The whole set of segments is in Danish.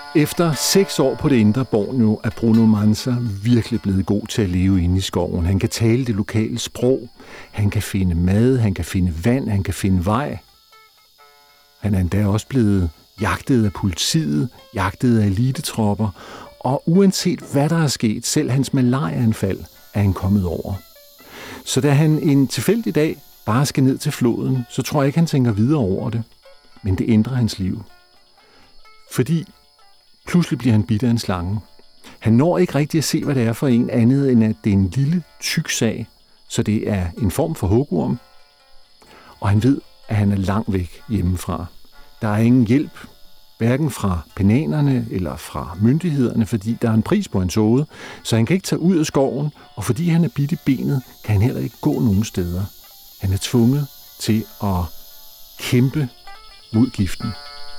Efter 6 år på det indre Borneo er Bruno Manza virkelig blevet god til at leve inde i skoven. Han kan tale det lokale sprog, han kan finde mad, han kan finde vand, han kan finde vej. Han er endda også blevet jagtet af politiet, jagtet af elitetropper, og uanset hvad der er sket, selv hans malariaanfald, er han kommet over. Så da han en tilfældig dag bare skal ned til floden, så tror jeg ikke, han tænker videre over det. Men det ændrer hans liv. Fordi pludselig bliver han bidt af en slange. Han når ikke rigtig at se, hvad det er for en andet, end at det er en lille, tyk sag, så det er en form for hugorm. Og han ved, at han er langt væk hjemmefra. Der er ingen hjælp, hverken fra penanerne eller fra myndighederne, fordi der er en pris på hans hoved, så han kan ikke tage ud af skoven, og fordi han er bidt i benet, kan han heller ikke gå nogen steder. Han er tvunget til at kæmpe mod giften.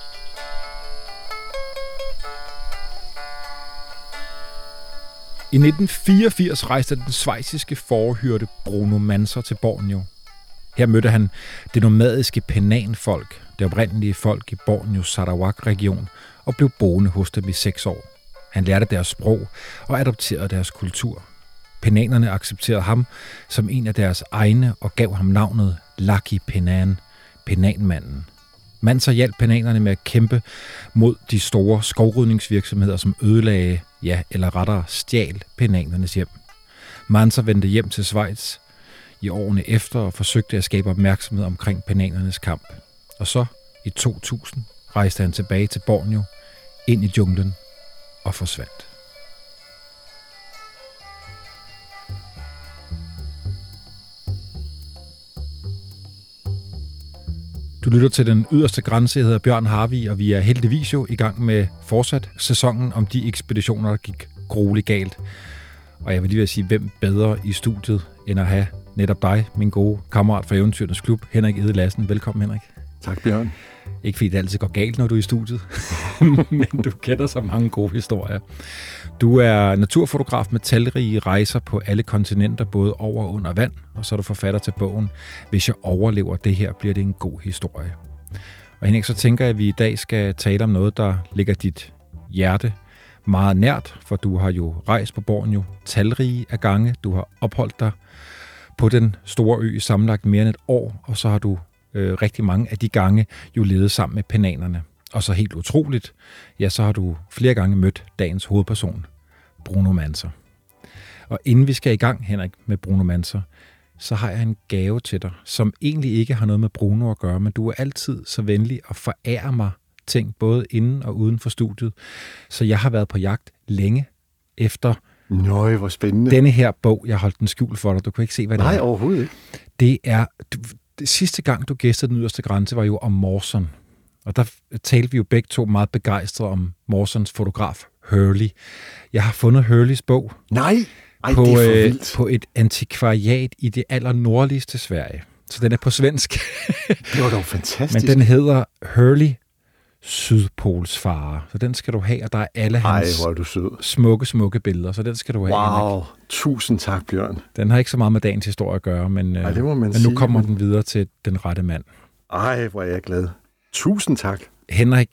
I 1984 rejste den schweiziske fårehyrde Bruno Manza til Borneo. Her mødte han det nomadiske Penan-folk, det oprindelige folk i Borneos Sarawak-region, og blev boende hos dem i 6 år. Han lærte deres sprog og adopterede deres kultur. Penanerne accepterede ham som en af deres egne og gav ham navnet Lucky Penan, Penanmanden. Manza hjalp penanerne med at kæmpe mod de store skovrydningsvirksomheder, som ødelagde, eller rettere stjal penanernes hjem. Manza vendte hjem til Schweiz i årene efter og forsøgte at skabe opmærksomhed omkring penanernes kamp. Og så i 2000 rejste han tilbage til Borneo, ind i junglen og forsvandt. Du lytter til Den Yderste Grænse. Jeg hedder Bjørn Harvig, og vi er heldigvis jo i gang med fortsat sæsonen om de ekspeditioner, der gik grueligt galt. Og jeg vil lige ved at sige, hvem bedre i studiet, end at have netop dig, min gode kammerat fra Eventyrernes Klub, Henrik Ede Lassen. Velkommen, Henrik. Tak, Bjørn. Ikke fordi det altid går galt, når du er i studiet, men du kender så mange gode historier. Du er naturfotograf med talrige rejser på alle kontinenter, både over og under vand, og så er du forfatter til bogen Hvis jeg overlever det her, bliver det en god historie. Og Henrik, så tænker jeg, at vi i dag skal tale om noget, der ligger dit hjerte meget nært, for du har jo rejst på Borneo talrige af gange. Du har opholdt dig på den store ø i sammenlagt mere end et år, og så har du rigtig mange af de gange jo levet sammen med penanerne. Og så helt utroligt, så har du flere gange mødt dagens hovedperson, Bruno Manza. Og inden vi skal i gang, Henrik, med Bruno Manza, så har jeg en gave til dig, som egentlig ikke har noget med Bruno at gøre, men du er altid så venlig at forære mig ting, både inden og uden for studiet. Så jeg har været på jagt længe efter Nøj, hvor spændende. Denne her bog. Jeg holdt den skjult for dig. Du kunne ikke se, hvad det er. Nej, overhovedet ikke. Det er... Sidste gang, du gæstede Den Yderste Grænse, var jo om Mawson. Og der talte vi jo begge to meget begejstrede om Mawsons fotograf, Hurley. Jeg har fundet Hurleys bog. Nej! Ej, det er for vildt. På et antikvariat i det allernordligste Sverige. Så den er på svensk. Det var dog fantastisk. Men den hedder Hurley Sydpolsfarer. Så den skal du have, og der er alle hans smukke billeder. Så den skal du have. Wow, Henrik. Tusind tak, Bjørn. Den har ikke så meget med dagens historie at gøre, men, det må man men nu kommer den videre til den rette mand. Ej, hvor er jeg glad. Tusind tak. Henrik,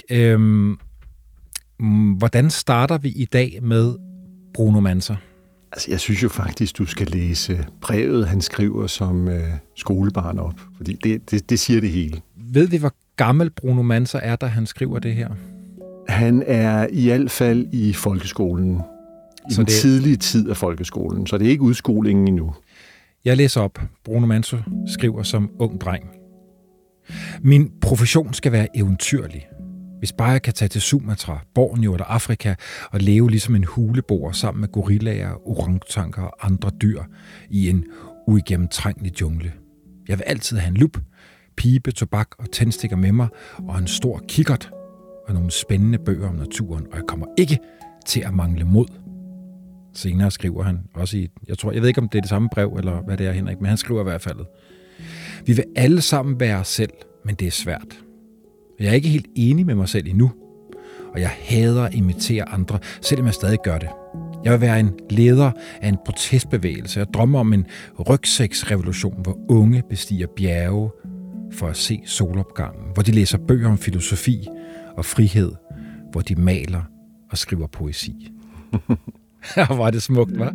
hvordan starter vi i dag med Bruno Manza? Altså, jeg synes jo faktisk, du skal læse brevet, han skriver som skolebarn op. Fordi det siger det hele. Ved vi, hvor gammel Bruno Manza er, da han skriver det her? Han er i hvert fald i folkeskolen. I den tidlige tid af folkeskolen, så det er ikke udskolingen endnu. Jeg læser op. Bruno Manza skriver som ung dreng. Min profession skal være eventyrlig. Hvis bare jeg kan tage til Sumatra, Borneo eller Afrika og leve ligesom en huleboer sammen med gorillaer, orangutanger og andre dyr i en uigennemtrængelig jungle. Jeg vil altid have en lup, pibe, tobak og tændstikker med mig og en stor kikkert og nogle spændende bøger om naturen, og jeg kommer ikke til at mangle mod. Senere skriver han også i, jeg ved ikke om det er det samme brev eller hvad det er, Henrik, men han skriver i hvert fald: vi vil alle sammen være os selv, men det er svært. Jeg er ikke helt enig med mig selv endnu, og jeg hader at imitere andre, selvom jeg stadig gør det. Jeg vil være en leder af en protestbevægelse. Jeg drømmer om en rygsæksrevolution, hvor unge bestiger bjerge for at se solopgangen, hvor de læser bøger om filosofi og frihed, hvor de maler og skriver poesi. Var det smukt, hva'?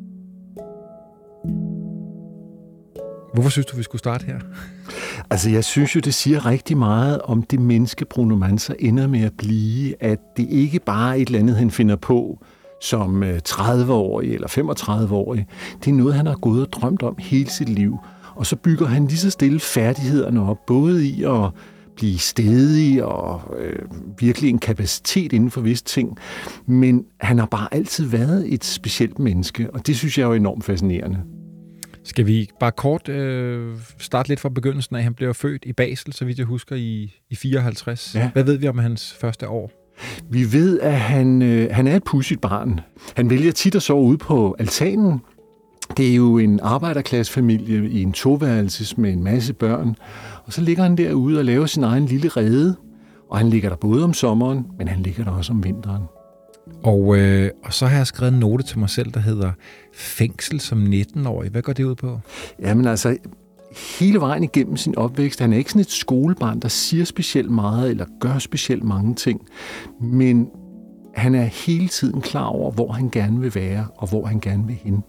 Hvorfor synes du, vi skulle starte her? Altså, jeg synes jo, det siger rigtig meget om det menneske, Bruno Manza ender med at blive, at det ikke bare er et eller andet, han finder på som 30-årig eller 35-årig. Det er noget, han har gået og drømt om hele sit liv. Og så bygger han lige så stille færdighederne op, både i at blive stædig og virkelig en kapacitet inden for visse ting. Men han har bare altid været et specielt menneske, og det synes jeg er jo enormt fascinerende. Skal vi bare kort starte lidt fra begyndelsen af? Han blev født i Basel, så vidt jeg husker, i 54. Ja. Hvad ved vi om hans første år? Vi ved, at han er et pudsigt barn. Han vælger tit at sove ude på altanen. Det er jo en arbejderklassefamilie i en toværelses med en masse børn. Og så ligger han derude og laver sin egen lille rede. Og han ligger der både om sommeren, men han ligger der også om vinteren. Og så har jeg skrevet en note til mig selv, der hedder fængsel som 19-årig. Hvad går det ud på? Jamen altså, hele vejen igennem sin opvækst, han er ikke sådan et skolebarn, der siger specielt meget eller gør specielt mange ting. Men han er hele tiden klar over, hvor han gerne vil være og hvor han gerne vil hen.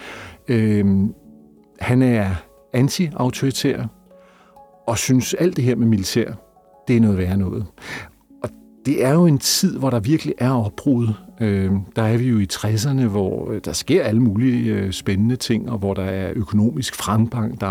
Han er anti-autoritær og synes alt det her med militær, det er noget værre noget. Og det er jo en tid, hvor der virkelig er opbrud. Der er vi jo i 60'erne, hvor der sker alle mulige spændende ting, og hvor der er økonomisk fremgang. Der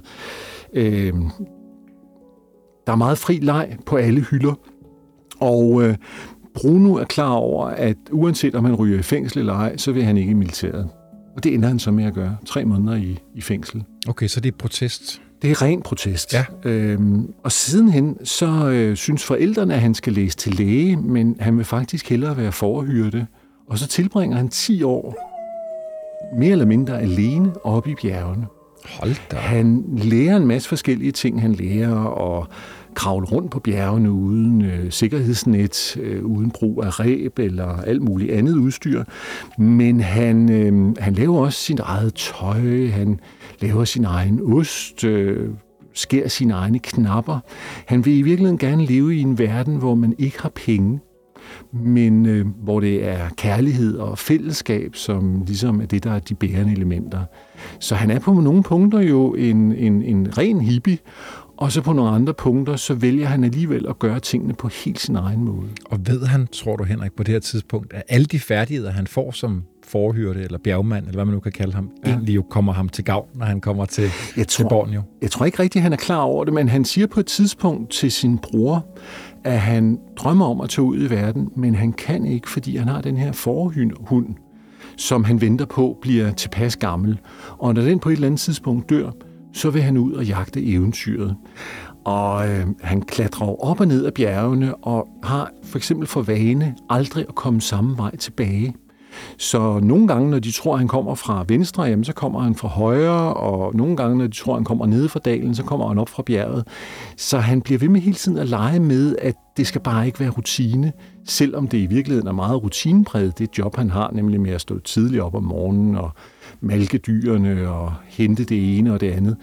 er meget fri leg på alle hylder. Og Bruno er klar over, at uanset om han ryger i fængsel eller ej, så vil han ikke i militæret. Og det ender han så med at gøre. 3 måneder i fængsel. Okay, så det er protest? Det er ren protest. Ja. Og sidenhen, så synes forældrene, at han skal læse til læge, men han vil faktisk hellere være forhyrte. Og så tilbringer han 10 år, mere eller mindre alene, oppe i bjergene. Hold da. Han lærer en masse forskellige ting. Han lærer at kravle rundt på bjergene uden sikkerhedsnet, uden brug af reb eller alt muligt andet udstyr. Men han laver også sit eget tøj, han laver sin egen ost, skærer sine egne knapper. Han vil i virkeligheden gerne leve i en verden, hvor man ikke har penge, men hvor det er kærlighed og fællesskab, som ligesom er det, der er de bærende elementer. Så han er på nogle punkter jo en ren hippie, og så på nogle andre punkter, så vælger han alligevel at gøre tingene på helt sin egen måde. Og ved han, tror du Henrik, på det her tidspunkt, at alle de færdigheder, han får som forhyrte eller bjergmand, eller hvad man nu kan kalde ham, egentlig jo kommer ham til gavn, når han kommer til Borneo? Jeg tror ikke rigtigt, han er klar over det, men han siger på et tidspunkt til sin bror, at han drømmer om at tage ud i verden, men han kan ikke, fordi han har den her forhund, som han venter på bliver tilpas gammel. Og når den på et eller andet tidspunkt dør, så vil han ud og jagte eventyret. Og han klatrer op og ned af bjergene og har for eksempel for vane aldrig at komme samme vej tilbage. Så nogle gange, når de tror, at han kommer fra venstre, jamen, så kommer han fra højre, og nogle gange, når de tror, at han kommer nede fra dalen, så kommer han op fra bjerget. Så han bliver ved med hele tiden at lege med, at det skal bare ikke være rutine, selvom det i virkeligheden er meget rutinepræget, det job, han har, nemlig med at stå tidligt op om morgenen og malke dyrene og hente det ene og det andet.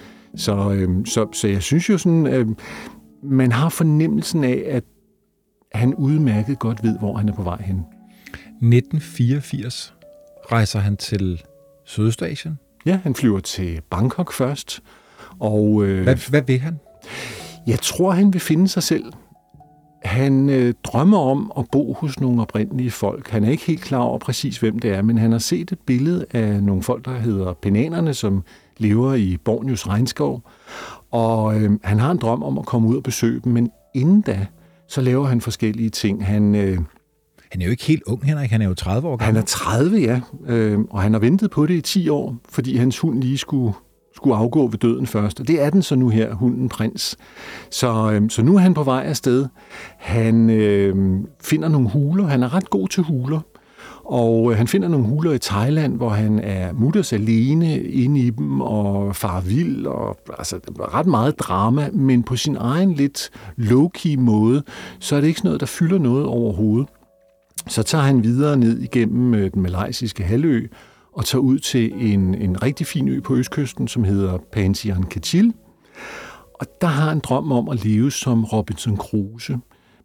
Så jeg synes jo sådan, man har fornemmelsen af, at han udmærket godt ved, hvor han er på vej hen. 1984 rejser han til Sydøstasien. Ja, han flyver til Bangkok først. Og, hvad vil han? Jeg tror, han vil finde sig selv. Han drømmer om at bo hos nogle oprindelige folk. Han er ikke helt klar over præcis, hvem det er, men han har set et billede af nogle folk, der hedder penanerne, som lever i Borneos regnskov. Og han har en drøm om at komme ud og besøge dem, men inden da, så laver han forskellige ting. Han er jo ikke helt ung, Henrik. Han er jo 30 år gammel. Han er 30, ja. Og han har ventet på det i 10 år, fordi hans hund lige skulle afgå ved døden først. Og det er den så nu her, hunden Prins. Så nu er han på vej afsted. Han finder nogle huler. Han er ret god til huler. Og han finder nogle huler i Thailand, hvor han er mutters alene inde i dem og farer vild. Og, altså, ret meget drama, men på sin egen lidt low-key måde, så er det ikke sådan noget, der fylder noget overhovedet. Så tager han videre ned igennem den malaysiske halvø og tager ud til en rigtig fin ø på østkysten, som hedder Pansian Kachil. Og der har han drøm om at leve som Robinson Crusoe.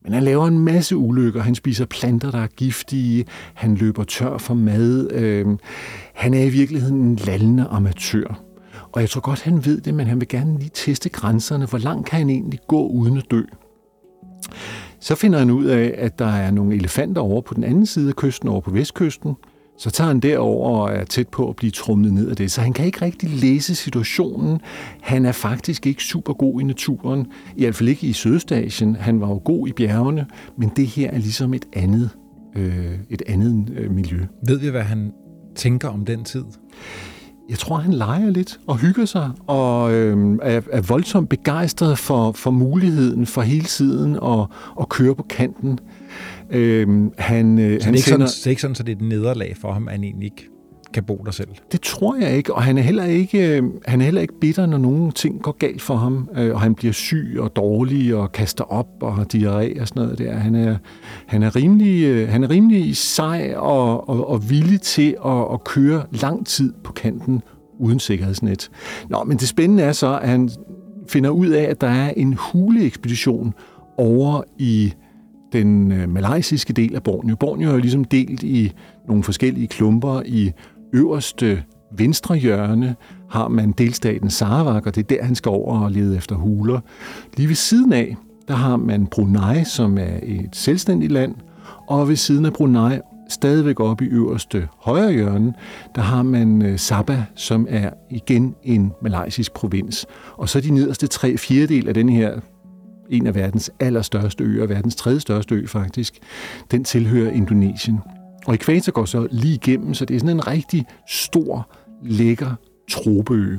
Men han laver en masse ulykker. Han spiser planter, der er giftige. Han løber tør for mad. Han er i virkeligheden en lallende amatør. Og jeg tror godt, han ved det, men han vil gerne lige teste grænserne. Hvor langt kan han egentlig gå uden at dø? Så finder han ud af, at der er nogle elefanter over på den anden side af kysten, over på vestkysten. Så tager han derover og er tæt på at blive tromlet ned af det. Så han kan ikke rigtig læse situationen. Han er faktisk ikke super god i naturen. I hvert fald ikke i Sydøstasien. Han var jo god i bjergene, men det her er ligesom et andet miljø. Ved vi, hvad han tænker om den tid? Jeg tror, han leger lidt og hygger sig, og er voldsomt begejstret for muligheden for hele tiden at køre på kanten. Så det er ikke sådan, så det er et nederlag for ham, at han egentlig ikke kan bo der selv? Det tror jeg ikke, og han er heller ikke bitter, når nogle ting går galt for ham, og han bliver syg og dårlig og kaster op og har diarré og sådan noget der. Han er rimelig sej og villig til at køre lang tid på kanten uden sikkerhedsnet. Nå, men det spændende er så, at han finder ud af, at der er en huleekspedition over i den malaysiske del af Borneo. Borneo er jo ligesom delt i nogle forskellige klumper. I øverste venstre hjørne har man delstaten Sarawak, og det er der, han skal over og lede efter huler. Lige ved siden af, der har man Brunei, som er et selvstændigt land, og ved siden af Brunei, stadigvæk oppe i øverste højre hjørne, der har man Sabah, som er igen en malaysisk provins. Og så de nederste 3/4 af den her, en af verdens allerstørste øer, verdens tredje største ø faktisk, den tilhører Indonesien. Og ækvator går så lige igennem, så det er sådan en rigtig stor, lækker tropeø.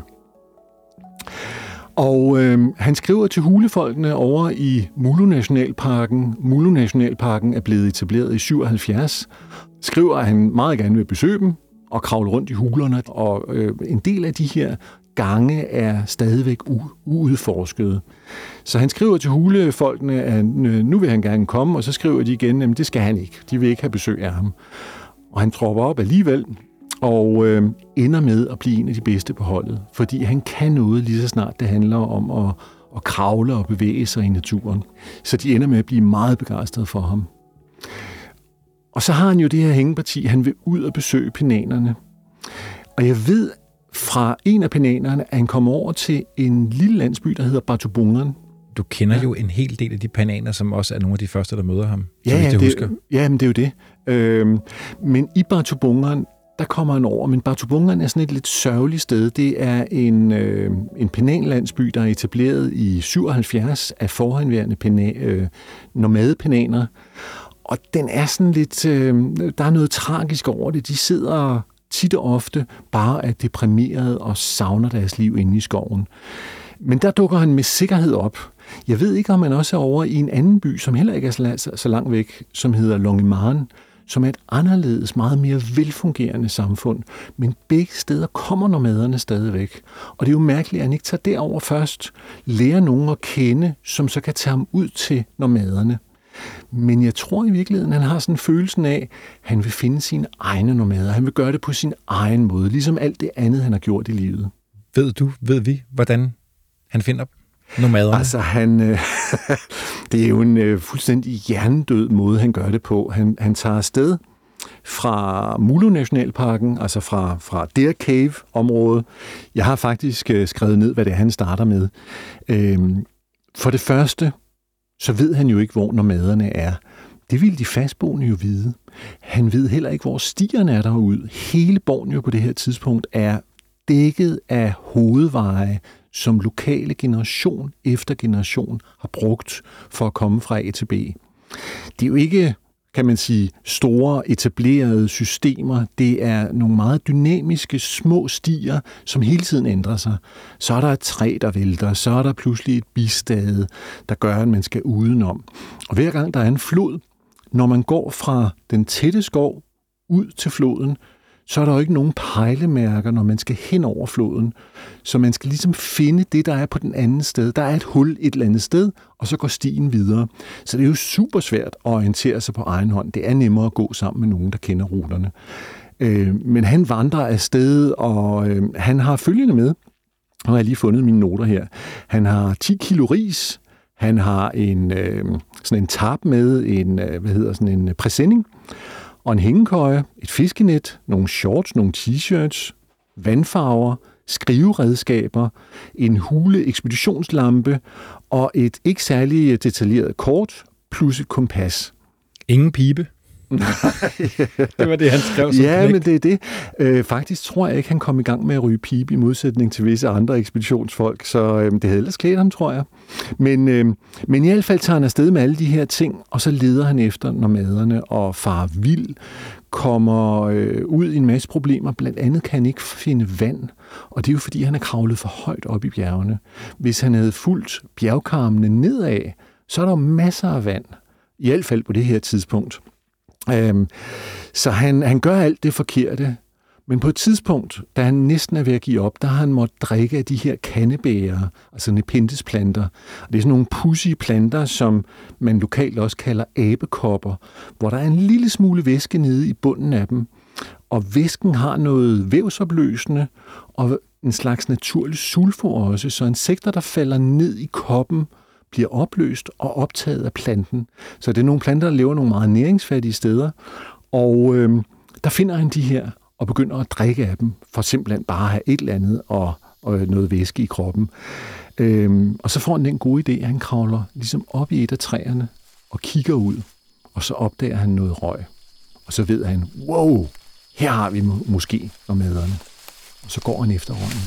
Og han skriver til hulefolkene over i Mulu Nationalparken. Mulu Nationalparken er blevet etableret i 77. Skriver, at han meget gerne vil besøge dem og kravle rundt i hulerne. Og en del af de her gange er stadigvæk uudforskede. Så han skriver til hulefolkene, at nu vil han gerne komme, og så skriver de igen, at det skal han ikke. De vil ikke have besøg af ham. Og han tropper op alligevel, og ender med at blive en af de bedste på holdet, fordi han kan noget lige så snart det handler om at kravle og bevæge sig i naturen. Så de ender med at blive meget begejstrede for ham. Og så har han jo det her hængeparti, han vil ud og besøge penanerne. Og jeg ved fra en af penanerne, at han kommer over til en lille landsby, der hedder Batubungan. Du kender jo en hel del af de pananer, som også er nogle af de første, der møder ham. Men det er jo det. Men i Batubungan, der kommer han over. Men Batubungan er sådan et lidt sørgeligt sted. Det er en penanlandsby, der er etableret i 77 af forhenværende nomadepenaner. Og den er sådan lidt... der er noget tragisk over det. De sidder tit og ofte bare er deprimeret og savner deres liv inde i skoven. Men der dukker han med sikkerhed op. Jeg ved ikke, om han også er over i en anden by, som heller ikke er så langt væk, som hedder Longiman, som er et anderledes, meget mere velfungerende samfund. Men begge steder kommer nomaderne stadigvæk. Og det er jo mærkeligt, at han ikke tager derover først, lærer nogen at kende, som så kan tage ham ud til nomaderne. Men jeg tror i virkeligheden, han har sådan følelsen af, at han vil finde sine egne nomader. Han vil gøre det på sin egen måde, ligesom alt det andet, han har gjort i livet. Ved vi, hvordan han finder nomaderne? Altså, det er jo en fuldstændig hjernedød måde, han gør det på. Han tager afsted fra Mulu Nationalparken, altså fra Deer Cave-området. Jeg har faktisk skrevet ned, hvad det er, han starter med. For det første, så ved han jo ikke, hvor nomaderne er. Det ville de fastboende jo vide. Han ved heller ikke, hvor stierne er derude. Hele Borneo på det her tidspunkt er dækket af hovedveje, som lokale generation efter generation har brugt for at komme fra A til B. Det er jo ikke, kan man sige, store etablerede systemer. Det er nogle meget dynamiske små stier, som hele tiden ændrer sig. Så er der et træ, der vælter. Så er der pludselig et bistade, der gør, at man skal udenom. Og hver gang der er en flod, når man går fra den tætte skov ud til floden, så er der jo ikke nogen pejlemærker, når man skal hen over floden. Så man skal ligesom finde det, der er på den anden sted. Der er et hul et eller andet sted, og så går stien videre. Så det er jo super svært at orientere sig på egen hånd. Det er nemmere at gå sammen med nogen, der kender ruterne. Men han vandrer afsted, og han har følgende med. Og jeg har lige fundet mine noter her. Han har 10 kilo ris, Han har sådan en tarp med, en præsending, og en hængekøje, et fiskenet, nogle shorts, nogle t-shirts, vandfarver, skriveredskaber, en hule ekspeditionslampe og et ikke særlig detaljeret kort plus et kompas. Ingen pibe. Det var det, han skrev som Ja, men det er det. Faktisk tror jeg ikke, han kom i gang med at ryge pibe i modsætning til visse andre ekspeditionsfolk, så det havde ellers klædt ham, tror jeg. Men i hvert fald tager han afsted med alle de her ting, og så leder han efter nomaderne og farer vild, kommer ud i en masse problemer. Blandt andet kan han ikke finde vand, og det er jo fordi, han er kravlet for højt op i bjergene. Hvis han havde fulgt bjergkarmene nedad, så er der masser af vand, i hvert fald på det her tidspunkt. Så han gør alt det forkerte, men på et tidspunkt, da han næsten er ved at give op, der har han måttet drikke af de her kannebæger, altså nepenthes-planter. Det er sådan nogle pudsige planter, som man lokalt også kalder abekopper, hvor der er en lille smule væske nede i bunden af dem, og væsken har noget vævsopløsende og en slags naturlig sulfur også, så insekter, der falder ned i koppen, bliver opløst og optaget af planten. Så det er nogle planter, der lever nogle meget næringsfattige steder, og der finder han de her og begynder at drikke af dem, for simpelthen bare at have et eller andet og noget væske i kroppen. Og så får han den gode idé, at han kravler ligesom op i et af træerne og kigger ud, og så opdager han noget røg. Og så ved han, wow, her har vi måske nomaderne. Og så går han efter røgen.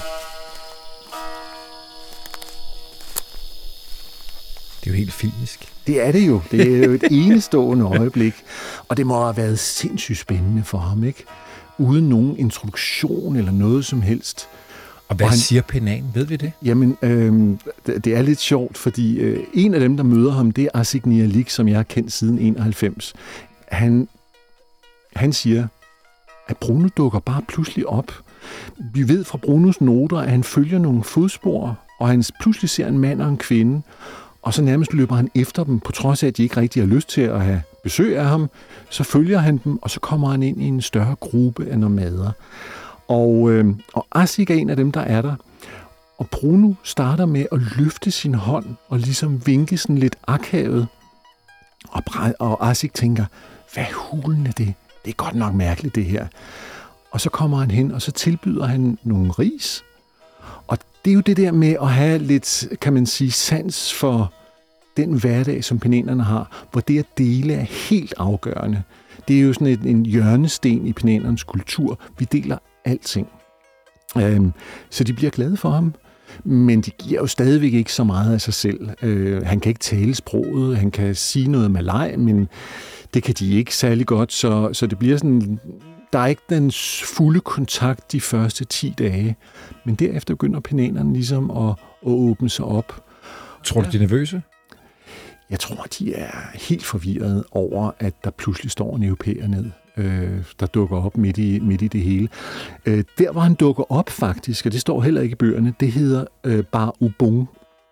Det er jo helt filmisk. Det er det jo. Det er jo et enestående øjeblik. Og det må have været sindssygt spændende for ham, ikke? Uden nogen introduktion eller noget som helst. Og hvad siger Penan? Ved vi det? Jamen, det er lidt sjovt, fordi en af dem, der møder ham, det er Asik Nialik, som jeg har kendt siden 91. Han siger, at Bruno dukker bare pludselig op. Vi ved fra Brunos noter, at han følger nogle fodspor, og han pludselig ser en mand og en kvinde, og så nærmest løber han efter dem, på trods af, at de ikke rigtig har lyst til at have besøg af ham. Så følger han dem, og så kommer han ind i en større gruppe af nomader. Og Asik er en af dem, der er der. Og Bruno starter med at løfte sin hånd og ligesom vinke sådan lidt akavet. Og Asik tænker, hvad hulen er det? Det er godt nok mærkeligt, det her. Og så kommer han hen, og så tilbyder han nogle ris. Og det er jo det der med at have lidt, kan man sige, sans for den hverdag, som penanerne har, hvor det at dele er helt afgørende. Det er jo sådan en hjørnesten i penanernes kultur. Vi deler alting. Så de bliver glade for ham, men de giver jo stadigvæk ikke så meget af sig selv. Han kan ikke tale sproget, han kan sige noget malaj, men det kan de ikke særlig godt, så det bliver sådan, der er ikke den fulde kontakt de første 10 dage, men derefter begynder penanerne ligesom at åbne sig op. Tror du, de er nervøse? Jeg tror, de er helt forvirrede over, at der pludselig står en europæer ned, der dukker op midt i det hele. Der, hvor han dukker op faktisk, og det står heller ikke i bøgerne, det hedder Bar Ubung.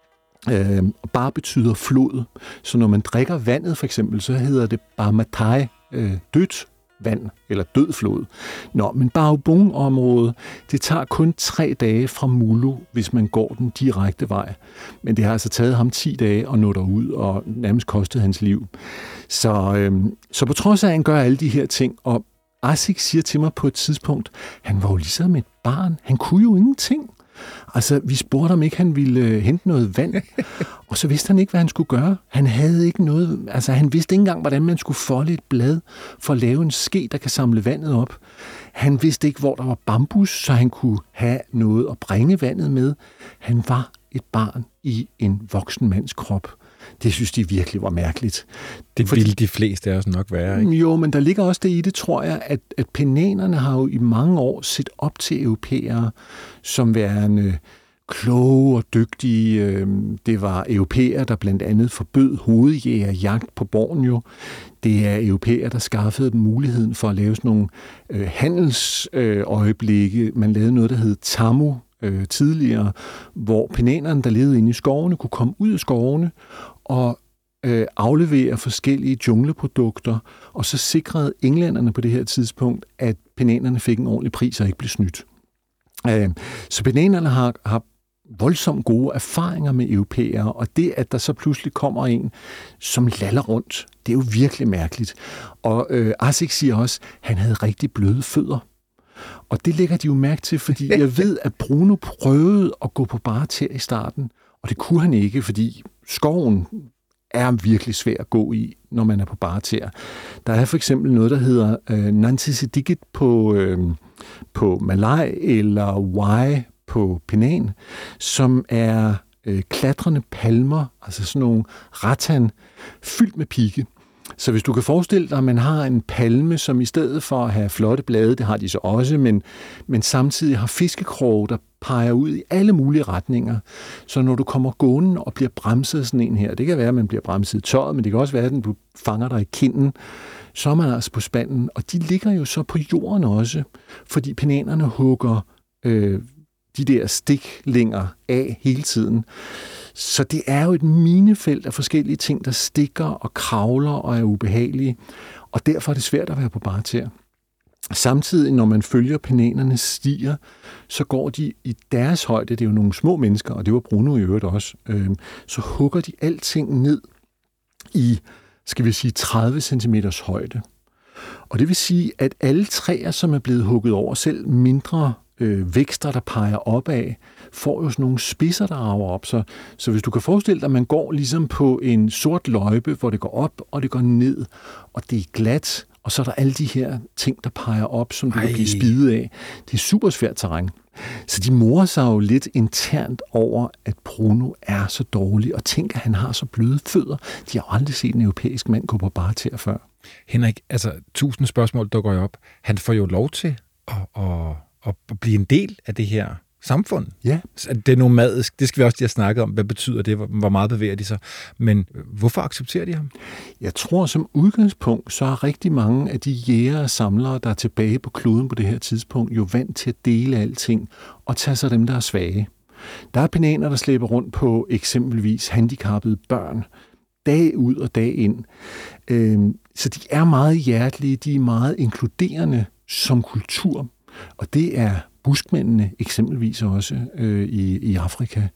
Bar betyder flod, så når man drikker vandet for eksempel, så hedder det Bar Matai, dødt vand eller død flod. Men Bar Ubung-området, det tager kun 3 dage fra Mulu, hvis man går den direkte vej. Men det har altså taget ham 10 dage at nå derud, og nærmest kostet hans liv. Så på trods af, at han gør alle de her ting, og Asik siger til mig på et tidspunkt, han var jo ligesom et barn. Han kunne jo ingenting. Altså, vi spurgte om ikke, han ville hente noget vand, og så vidste han ikke, hvad han skulle gøre. Han havde ikke noget, altså han vidste ikke engang, hvordan man skulle folde et blad for at lave en ske, der kan samle vandet op. Han vidste ikke, hvor der var bambus, så han kunne have noget at bringe vandet med. Han var et barn i en voksen mands krop. Det synes de virkelig var mærkeligt. Det ville de fleste af os nok være, ikke? Jo, men der ligger også det i det, tror jeg, at penanerne har jo i mange år set op til europæere som værende kloge og dygtige. Det var europæere, der blandt andet forbød hovedjægerjagt på Borneo. Det er europæere, der skaffede dem muligheden for at lave sådan nogle handelsøjeblikke. Man lavede noget, der hed Tamu tidligere, hvor penanerne, der levede inde i skovene, kunne komme ud af skovene og aflevere forskellige jungleprodukter, og så sikrede englænderne på det her tidspunkt, at penanerne fik en ordentlig pris og ikke blev snydt. Så penanerne har voldsomt gode erfaringer med europæere, og det, at der så pludselig kommer en, som laller rundt, det er jo virkelig mærkeligt. Og Asik siger også, at han havde rigtig bløde fødder. Og det lægger de jo mærke til, fordi jeg ved, at Bruno prøvede at gå på bare tæer i starten, og det kunne han ikke, fordi skoven er virkelig svær at gå i, når man er på bare tæer. Der er for eksempel noget, der hedder Nantisidikit på Malay, eller Wai på Penang, som er klatrende palmer, altså sådan nogle rattan, fyldt med pigge. Så hvis du kan forestille dig, at man har en palme, som i stedet for at have flotte blade, det har de så også, men samtidig har fiskekroge, der peger ud i alle mulige retninger. Så når du kommer gående og bliver bremset sådan en her, det kan være, at man bliver bremset i tøjet, men det kan også være, at du fanger dig i kinden, så er man altså på spanden. Og de ligger jo så på jorden også, fordi penanerne hugger de der stiklinger af hele tiden. Så det er jo et minefelt af forskellige ting, der stikker og kravler og er ubehagelige, og derfor er det svært at være på bare tæer. Samtidig, når man følger penanernes stier, så går de i deres højde, det er jo nogle små mennesker, og det var Bruno i øvrigt også, så hugger de alting ned i, skal vi sige, 30 cm højde. Og det vil sige, at alle træer, som er blevet hugget over, selv mindre vækster, der peger opad, får jo sådan nogle spidser, der rager op. Så hvis du kan forestille dig, at man går ligesom på en sort løjpe, hvor det går op, og det går ned, og det er glat, og så er der alle de her ting, der peger op, som du kan blive spidet af. Det er super svært terræn. Så de morer sig jo lidt internt over, at Bruno er så dårlig, og tænker, at han har så bløde fødder. De har aldrig set en europæisk mand gå på bare tæer før. Henrik, altså 1000 spørgsmål dukker jo op. Han får jo lov til at blive en del af det her samfund. Ja. Det er nomadisk, det skal vi også lige have snakket om. Hvad betyder det? Hvor meget bevæger de sig? Men hvorfor accepterer de ham? Jeg tror, som udgangspunkt, så er rigtig mange af de jægere og samlere, der er tilbage på kloden på det her tidspunkt, jo vant til at dele alting og tage sig dem, der er svage. Der er penaner, der slæber rundt på eksempelvis handicappede børn, dag ud og dag ind. Så de er meget hjertelige, de er meget inkluderende som kultur, og det er buskmændene eksempelvis også i Afrika.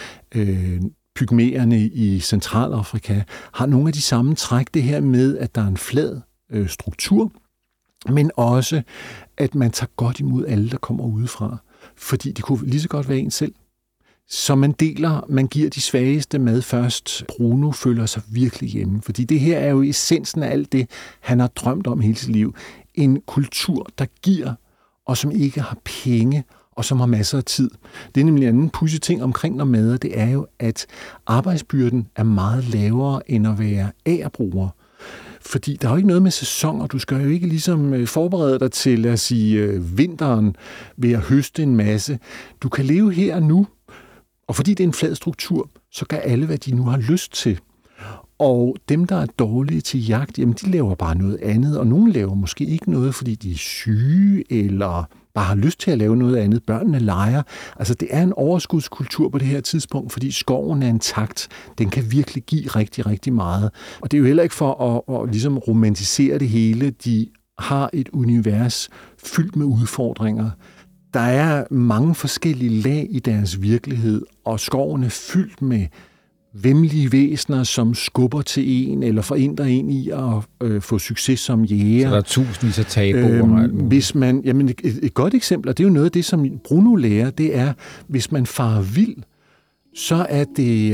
Pygmæerne i Centralafrika har nogle af de samme træk, det her med, at der er en flad struktur, men også, at man tager godt imod alle, der kommer udefra. Fordi det kunne lige så godt være en selv. Så man giver de svageste mad først. Bruno føler sig virkelig hjemme, fordi det her er jo essensen af alt det, han har drømt om hele sit liv. En kultur, der giver, og som ikke har penge, og som har masser af tid. Det er nemlig en anden pudsig ting omkring nomader, det er jo, at arbejdsbyrden er meget lavere end at være agerbruger. Fordi der er jo ikke noget med sæsoner. Du skal jo ikke ligesom forberede dig til, lad os sige, vinteren ved at høste en masse. Du kan leve her og nu, og fordi det er en flad struktur, så gør alle, hvad de nu har lyst til. Og dem, der er dårlige til jagt, jamen de laver bare noget andet, og nogle laver måske ikke noget, fordi de er syge, eller bare har lyst til at lave noget andet. Børnene leger. Altså det er en overskudskultur på det her tidspunkt, fordi skoven er intakt. Den kan virkelig give rigtig, rigtig meget. Og det er jo heller ikke for at ligesom romantisere det hele. De har et univers fyldt med udfordringer. Der er mange forskellige lag i deres virkelighed, og skoven er fyldt med væmmelige væsener, som skubber til en, eller forhindrer en i at få succes som jæger. Så der er tusindvis af tabuer. Hvis man, jamen et godt eksempel, og det er jo noget af det, som Bruno lærer, det er, hvis man farer vild, så er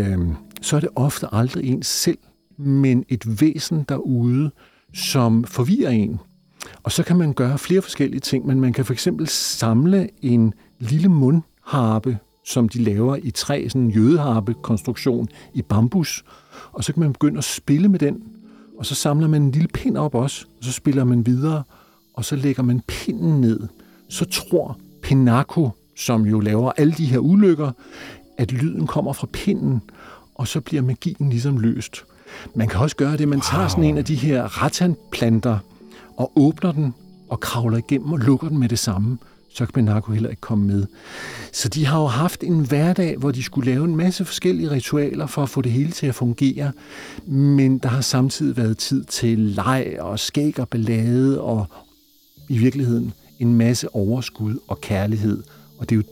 det ofte aldrig en selv, men et væsen derude, som forvirrer en. Og så kan man gøre flere forskellige ting, men man kan for eksempel samle en lille mundharpe, som de laver i træ, sådan en jødeharpe-konstruktion i bambus, og så kan man begynde at spille med den, og så samler man en lille pind op også, og så spiller man videre, og så lægger man pinden ned. Så tror Pinako, som jo laver alle de her ulykker, at lyden kommer fra pinden, og så bliver magien ligesom løst. Man kan også gøre det, man tager sådan en af de her rattanplanter, og åbner den, og kravler igennem og lukker den med det samme, så kan Pinako heller ikke komme med. Så de har jo haft en hverdag, hvor de skulle lave en masse forskellige ritualer for at få det hele til at fungere, men der har samtidig været tid til leg og skæg og ballade, og i virkeligheden en masse overskud og kærlighed. Og det er jo det,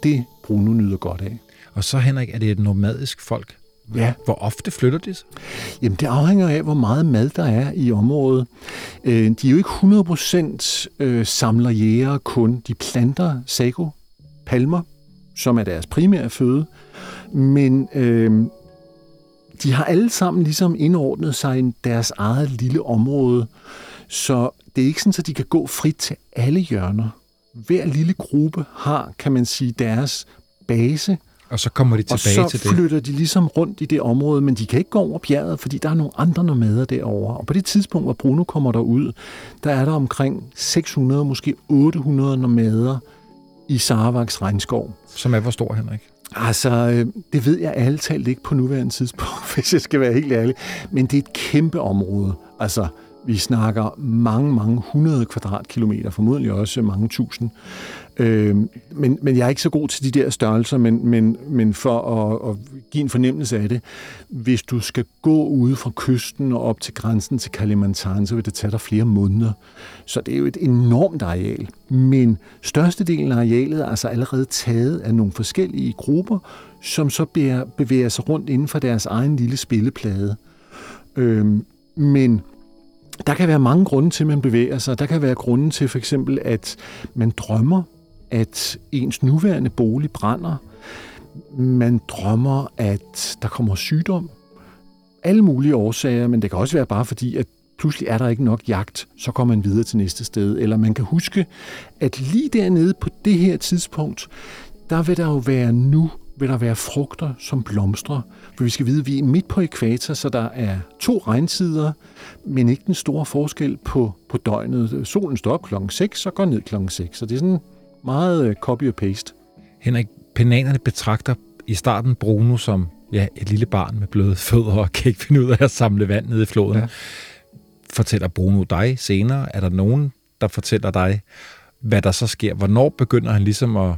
Bruno nyder godt af. Og så, Henrik, er det et nomadisk folk? Ja. Hvor ofte flytter de sig? Jamen, det afhænger af, hvor meget mad der er i området. De er jo ikke 100% samler jæger kun. De planter sago-palmer, som er deres primære føde. Men de har alle sammen ligesom indordnet sig i deres eget lille område. Så det er ikke sådan, at de kan gå frit til alle hjørner. Hver lille gruppe har, kan man sige, deres base. Og så kommer de tilbage til det. Og så flytter de ligesom rundt i det område, men de kan ikke gå over bjerget, fordi der er nogle andre nomader derovre. Og på det tidspunkt, hvor Bruno kommer derud, der er der omkring 600, måske 800 nomader i Sarawaks regnskov. Som er hvor stor, Henrik? Altså, det ved jeg ærligt talt ikke på nuværende tidspunkt, hvis jeg skal være helt ærlig. Men det er et kæmpe område. Altså, vi snakker mange 100 kvadratkilometer, formodentlig også mange tusind. Men jeg er ikke så god til de der størrelser, men for at give en fornemmelse af det, hvis du skal gå ude fra kysten og op til grænsen til Kalimantan, så vil det tage dig flere måneder. Så det er jo et enormt areal. Men størstedelen af arealet er altså allerede taget af nogle forskellige grupper, som så bevæger sig rundt inden for deres egen lille spilleplade. Men der kan være mange grunde til, at man bevæger sig. Der kan være grunde til for eksempel, at man drømmer, at ens nuværende bolig brænder. Man drømmer, at der kommer sygdom. Alle mulige årsager, men det kan også være bare fordi, at pludselig er der ikke nok jagt, så kommer man videre til næste sted. Eller man kan huske, at lige dernede på det her tidspunkt, der vil der jo være vil der være frugter, som blomstrer. For vi skal vide, at vi er midt på ekvator, så der er 2 regntider, men ikke den store forskel på døgnet. Solen står op klokken 6, så går ned klokken 6. Så det er sådan meget copy og paste. Henrik, penanerne betragter i starten Bruno som et lille barn med bløde fødder og kan ikke finde ud af at samle vand nede i floden. Ja. Fortæller Bruno dig senere? Er der nogen, der fortæller dig, hvad der så sker? Hvornår begynder han ligesom at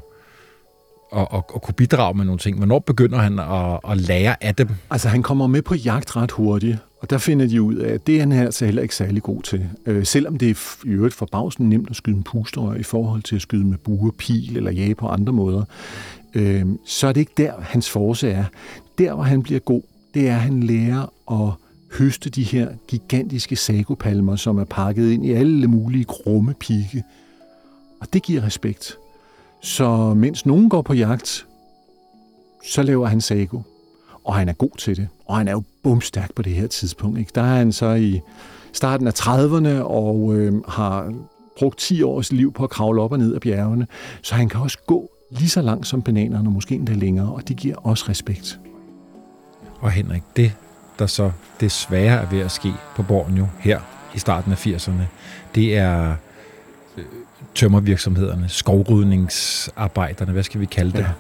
kunne bidrage med nogle ting? Hvornår begynder han at lære af dem? Altså, han kommer med på jagt ret hurtigt, og der finder de ud af, at det er han altså heller ikke særlig god til. Selvom det er i øvrigt forbavsende nemt at skyde en pusterør i forhold til at skyde med bue, pil eller jage på andre måder, så er det ikke der, hans force er. Der, hvor han bliver god, det er, at han lærer at høste de her gigantiske sagopalmer, som er pakket ind i alle mulige grumme pigge. Og det giver respekt. Så mens nogen går på jagt, så laver han sago. Og han er god til det. Og han er jo bumstærk på det her tidspunkt. Ikke? Der er han så i starten af 30'erne og har brugt 10 års liv på at kravle op og ned af bjergene. Så han kan også gå lige så langt som bananerne, og måske endda længere. Og det giver også respekt. Og Henrik, det der så desværre er ved at ske på Borneo her i starten af 80'erne, det er tømmervirksomhederne, skovrydningsarbejderne, hvad skal vi kalde det?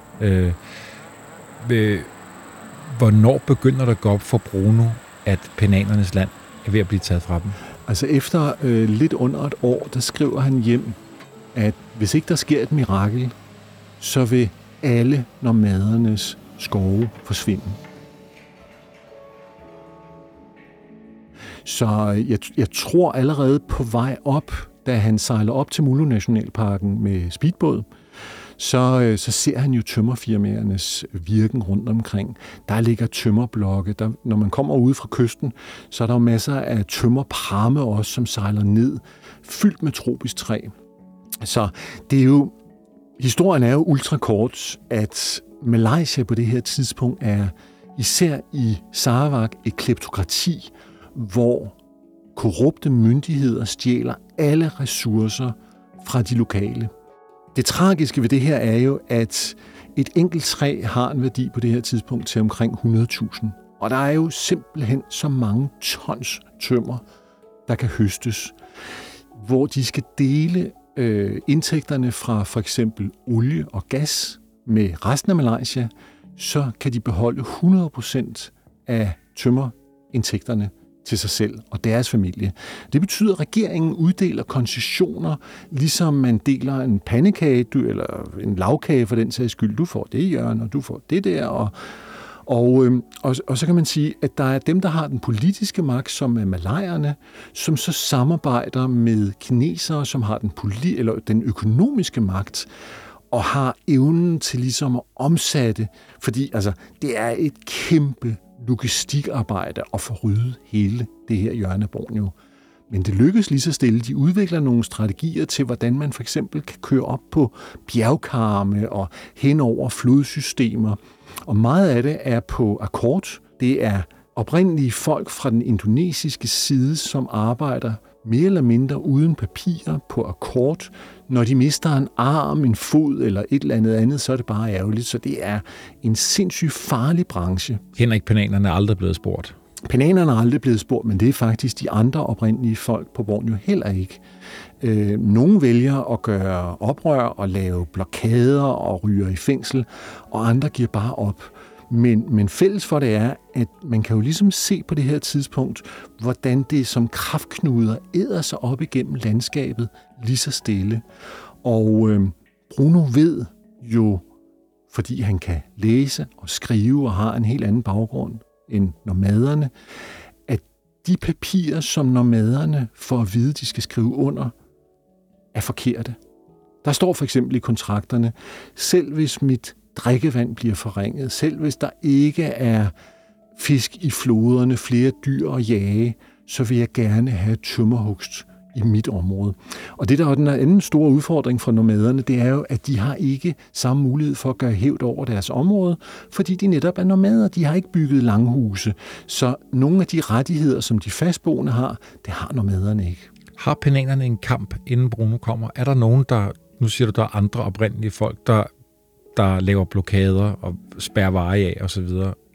Ja. Hvornår begynder det at gå op for Bruno, at penanernes land er ved at blive taget fra dem? Altså efter lidt under et år, der skriver han hjem, at hvis ikke der sker et mirakel, så vil alle nomadernes skove forsvinde. Så jeg tror allerede på vej op, da han sejler op til Mulu Nationalparken med speedbåd, så ser han jo tømmerfirmaernes virken rundt omkring. Der ligger tømmerblokke. Når man kommer ude fra kysten, så er der jo masser af tømmerpramme også, som sejler ned, fyldt med tropisk træ. Så det er jo, historien er jo ultrakort, at Malaysia på det her tidspunkt er især i Sarawak et kleptokrati, hvor korrupte myndigheder stjæler alle ressourcer fra de lokale. Det tragiske ved det her er jo, at et enkelt træ har en værdi på det her tidspunkt til omkring 100.000. Og der er jo simpelthen så mange tons tømmer, der kan høstes, hvor de skal dele indtægterne fra for eksempel olie og gas med resten af Malaysia, så kan de beholde 100% af tømmerindtægterne til sig selv og deres familie. Det betyder, at regeringen uddeler koncessioner, ligesom man deler en pandekage eller en lagkage for den sags skyld. Du får det, Jørgen, og du får det der. Og så kan man sige, at der er dem, der har den politiske magt, som er malayerne, som så samarbejder med kinesere, som har den økonomiske magt. og har evnen til ligesom at omsætte, fordi altså, det er et kæmpe logistikarbejde at få ryddet hele det her hjørne af Borneo. Men det lykkes lige så stille. De udvikler nogle strategier til, hvordan man for eksempel kan køre op på bjergkarme og hen over flodsystemer. Og meget af det er på akkord. Det er oprindelige folk fra den indonesiske side, som arbejder mere eller mindre uden papirer på akkord. Når de mister en arm, en fod eller et eller andet, så er det bare ærgerligt. Så det er en sindssygt farlig branche. Henrik, Penanerne er aldrig blevet spurgt. Penanerne er aldrig blevet spurgt, men det er faktisk de andre oprindelige folk på Borneo heller ikke. Nogle vælger at gøre oprør og lave blokader og ryger i fængsel, og andre giver bare op. Men fælles for det er, at man kan jo ligesom se på det her tidspunkt, hvordan det som kraftknuder æder sig op igennem landskabet lige så stille. Og Bruno ved jo, fordi han kan læse og skrive og har en helt anden baggrund end nomaderne, at de papirer, som nomaderne får at vide, de skal skrive under, er forkerte. Der står for eksempel i kontrakterne, selv hvis mit drikkevand bliver forringet, selv hvis der ikke er fisk i floderne, flere dyr at jage, så vil jeg gerne have tømmerhugst i mit område. Og det, der er den anden store udfordring for nomaderne, det er jo, at de har ikke samme mulighed for at gøre hævd over deres område, fordi de netop er nomader. De har ikke bygget langhuse. Så nogle af de rettigheder, som de fastboende har, det har nomaderne ikke. Har penanerne en kamp, inden Bruno kommer? Er der nogen, nu siger du, der er andre oprindelige folk, der laver blokader og spærrer veje af osv.?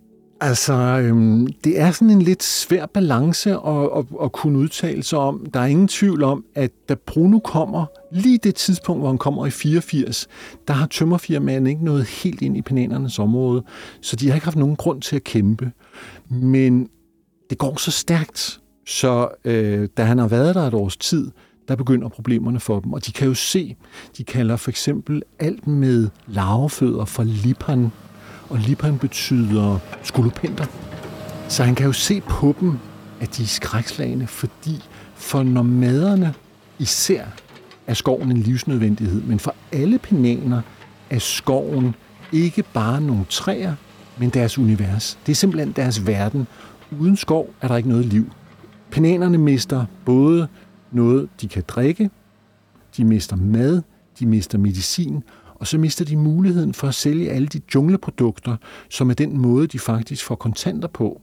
Altså, det er sådan en lidt svær balance at kunne udtale sig om. Der er ingen tvivl om, at da Bruno kommer, lige det tidspunkt, hvor han kommer i 84, der har tømmerfirmaerne ikke nået helt ind i penanernes område, så de har ikke haft nogen grund til at kæmpe. Men det går så stærkt, så da han har været der et års tid, der begynder problemerne for dem. Og de kan jo se, de kalder for eksempel alt med larvefødder for lipan, og lipan betyder skolopenter. Så han kan jo se på dem, at de er skrækslagne, fordi for nomaderne især er skoven en livsnødvendighed, men for alle penaner er skoven ikke bare nogle træer, men deres univers. Det er simpelthen deres verden. Uden skov er der ikke noget liv. Penanerne mister både noget, de kan drikke, de mister mad, de mister medicin, og så mister de muligheden for at sælge alle de jungleprodukter, som er den måde, de faktisk får kontanter på.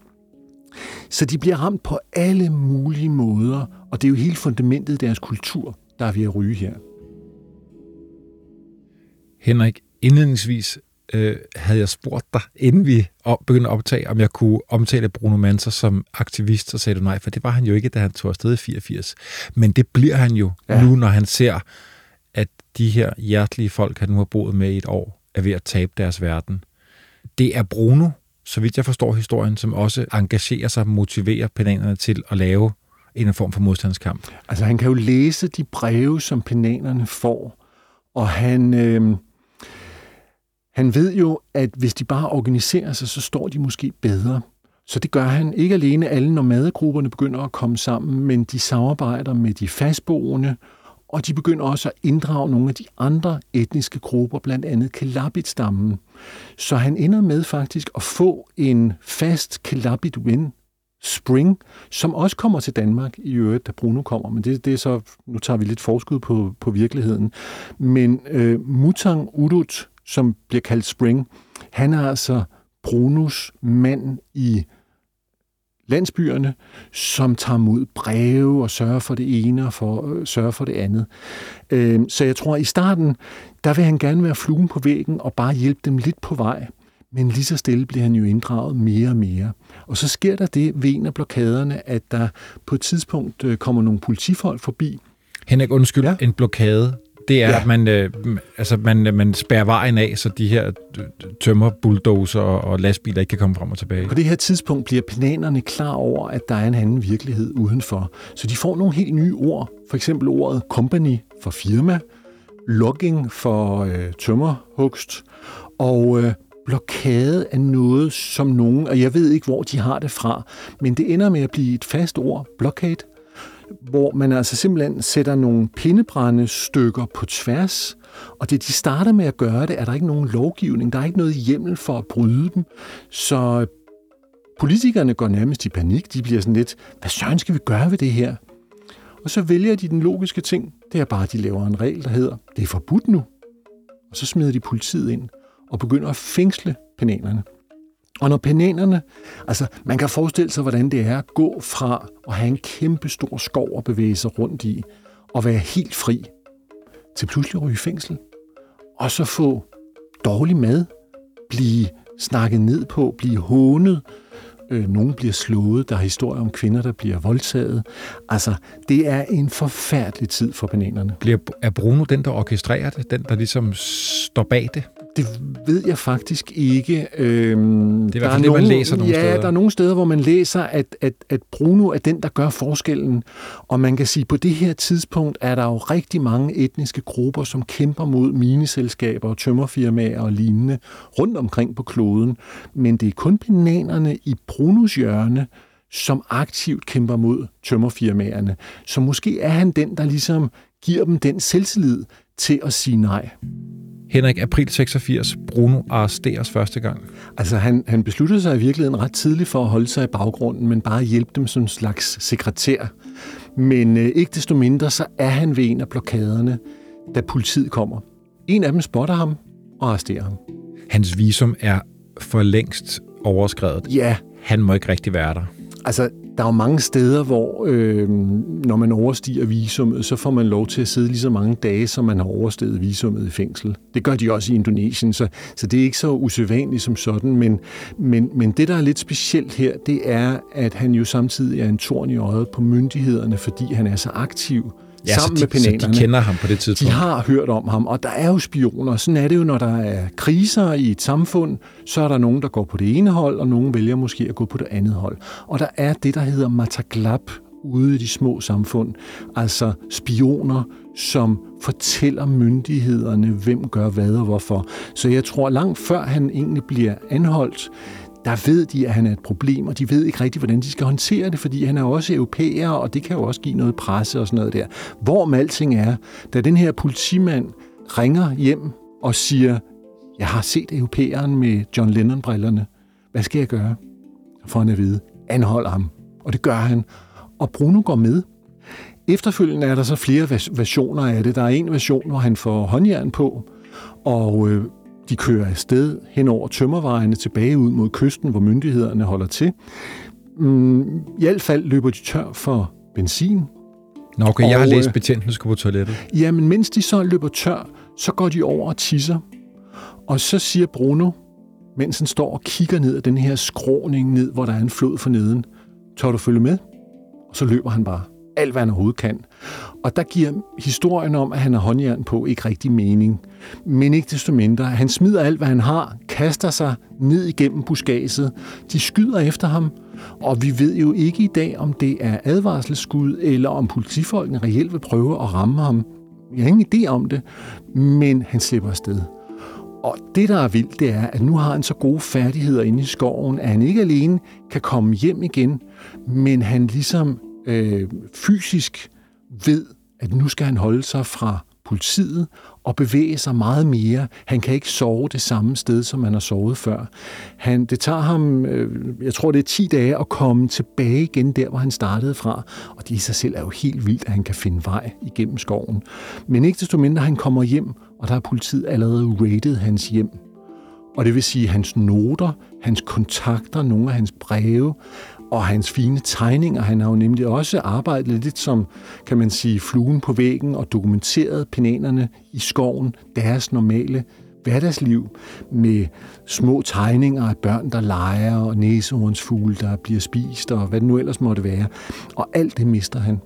Så de bliver ramt på alle mulige måder, og det er jo hele fundamentet i deres kultur, der er ved at ryge her. Henrik, indledningsvis havde jeg spurgt dig, inden vi begyndte at optage, om jeg kunne omtale Bruno Mansa som aktivist, så sagde du nej, for det var han jo ikke, da han tog afsted i 84. Men det bliver han jo nu, når han ser, at de her hjertelige folk, han nu har boet med i et år, er ved at tabe deres verden. Det er Bruno, så vidt jeg forstår historien, som også engagerer sig og motiverer penanerne til at lave en form for modstandskamp. Altså han kan jo læse de breve, som penanerne får, og han ved jo, at hvis de bare organiserer sig, så står de måske bedre. Så det gør han. Ikke alene alle nomadegrupperne begynder at komme sammen, men de samarbejder med de fastboende, og de begynder også at inddrage nogle af de andre etniske grupper, blandt andet Kelabit-stammen. Så han ender med faktisk at få en fast Kelabit-ven, Spring, som også kommer til Danmark i øvrigt, da Bruno kommer. Men det er så, nu tager vi lidt forskud på virkeligheden. Men Mutang Udut, som bliver kaldt Spring, han er altså Brunos mand i landsbyerne, som tager mod breve og sørger for det ene og sørger for det andet. Så jeg tror, at i starten, der vil han gerne være fluen på væggen og bare hjælpe dem lidt på vej. Men lige så stille bliver han jo inddraget mere og mere. Og så sker der det ved en af blokaderne, at der på et tidspunkt kommer nogle politifolk forbi. Henrik, undskyld, en blokade, det er, at man spærrer vejen af, så de her tømmerbulldozer og lastbiler ikke kan komme frem og tilbage. På det her tidspunkt bliver penanerne klar over, at der er en anden virkelighed udenfor. Så de får nogle helt nye ord. For eksempel ordet company for firma, logging for tømmerhugst, og blokade er noget, som nogen, og jeg ved ikke, hvor de har det fra, men det ender med at blive et fast ord, blockade, hvor man altså simpelthen sætter nogle pindebrændestykker på tværs, Og det de starter med at gøre det, er der ikke nogen lovgivning, der er ikke noget hjemmel for at bryde dem. Så politikerne går nærmest i panik. De bliver sådan lidt, hvad søren skal vi gøre ved det her? Og så vælger de den logiske ting. Det er bare, at de laver en regel, der hedder, det er forbudt nu. Og så smider de politiet ind og begynder at fængsle penanerne. Og når penanerne, altså man kan forestille sig, hvordan det er at gå fra at have en kæmpe stor skov at bevæge sig rundt i, og være helt fri, til pludselig ryge i fængsel. Og så få dårlig mad, blive snakket ned på, blive hånet. Nogen bliver slået, der er historier om kvinder, der bliver voldtaget. Altså, det er en forfærdelig tid for penanerne. Er Bruno den, der orkestrerer det? Den, der ligesom står bag det? Det ved jeg faktisk ikke. Det er i hvert fald det, man læser nogle steder. Ja, der er nogle steder, hvor man læser, at Bruno er den, der gør forskellen. Og man kan sige, at på det her tidspunkt er der jo rigtig mange etniske grupper, som kæmper mod mineselskaber og tømmerfirmaer og lignende rundt omkring på kloden. Men det er kun penanerne i Brunos hjørne, som aktivt kæmper mod tømmerfirmaerne. Så måske er han den, der ligesom giver dem den selvtillid til at sige nej. Henrik, april 86, Bruno arresteres første gang. Altså, han besluttede sig i virkeligheden ret tidligt for at holde sig i baggrunden, men bare hjælpe dem som en slags sekretær. Men ikke desto mindre, så er han ved en af blokaderne, da politiet kommer. En af dem spotter ham og arresterer ham. Hans visum er for længst overskredet. Ja. Han må ikke rigtig være der. Altså, der er jo mange steder, hvor når man overstiger visummet, så får man lov til at sidde lige så mange dage, som man har oversteget visummet i fængsel. Det gør de også i Indonesien, så det er ikke så usædvanligt som sådan. Men det, der er lidt specielt her, det er, at han jo samtidig er en torn i øjet på myndighederne, fordi han er så aktiv. Ja, sammen med penanerne. Så de kender ham på det tidspunkt. De har hørt om ham, og der er jo spioner. Sådan er det jo, når der er kriser i et samfund, så er der nogen, der går på det ene hold, og nogen vælger måske at gå på det andet hold. Og der er det, der hedder mataglap ude i de små samfund. Altså spioner, som fortæller myndighederne, hvem gør hvad og hvorfor. Så jeg tror, langt før han egentlig bliver anholdt, der ved de, at han er et problem, og de ved ikke rigtig, hvordan de skal håndtere det, fordi han er også europæer, og det kan jo også give noget presse og sådan noget der. Hvorom alting er, da den her politimand ringer hjem og siger, jeg har set europæeren med John Lennon-brillerne. Hvad skal jeg gøre? For han at vide, anhold ham. Og det gør han. Og Bruno går med. Efterfølgende er der så flere versioner af det. Der er en version, hvor han får håndjern på, og de kører afsted hen over tømmervejene tilbage ud mod kysten, hvor myndighederne holder til. I hvert fald løber de tør for benzin. Nå, okay, jeg har læst betjenten skulle på toilettet. Ja, men mens de så løber tør, så går de over og tisser. Og så siger Bruno, mens han står og kigger ned ad den her skråning ned, hvor der er en flod for neden, tør du følge med? Og så løber han bare. Alt, hvad han overhovedet kan. Og der giver historien om, at han har håndjern på, ikke rigtig mening. Men ikke desto mindre. Han smider alt, hvad han har, kaster sig ned igennem buskadset. De skyder efter ham, og vi ved jo ikke i dag, om det er advarselsskud, eller om politifolkene reelt vil prøve at ramme ham. Jeg har ingen idé om det, men han slipper afsted. Og det, der er vildt, det er, at nu har han så gode færdigheder inde i skoven, at han ikke alene kan komme hjem igen, men han ligesom fysisk ved, at nu skal han holde sig fra politiet og bevæge sig meget mere. Han kan ikke sove det samme sted, som han har sovet før. Det tager ham, jeg tror det er 10 dage, at komme tilbage igen der, hvor han startede fra. Og det i sig selv er jo helt vildt, at han kan finde vej igennem skoven. Men ikke desto mindre, han kommer hjem, og der har politiet allerede raidet hans hjem. Og det vil sige, hans noter, hans kontakter, nogle af hans breve og hans fine tegninger. Han har jo nemlig også arbejdet lidt som, kan man sige, fluen på væggen og dokumenteret penanerne i skoven, deres normale hverdagsliv med små tegninger af børn, der leger, og næsehornsfugle, der bliver spist, og hvad det nu ellers måtte være. Og alt det mister han.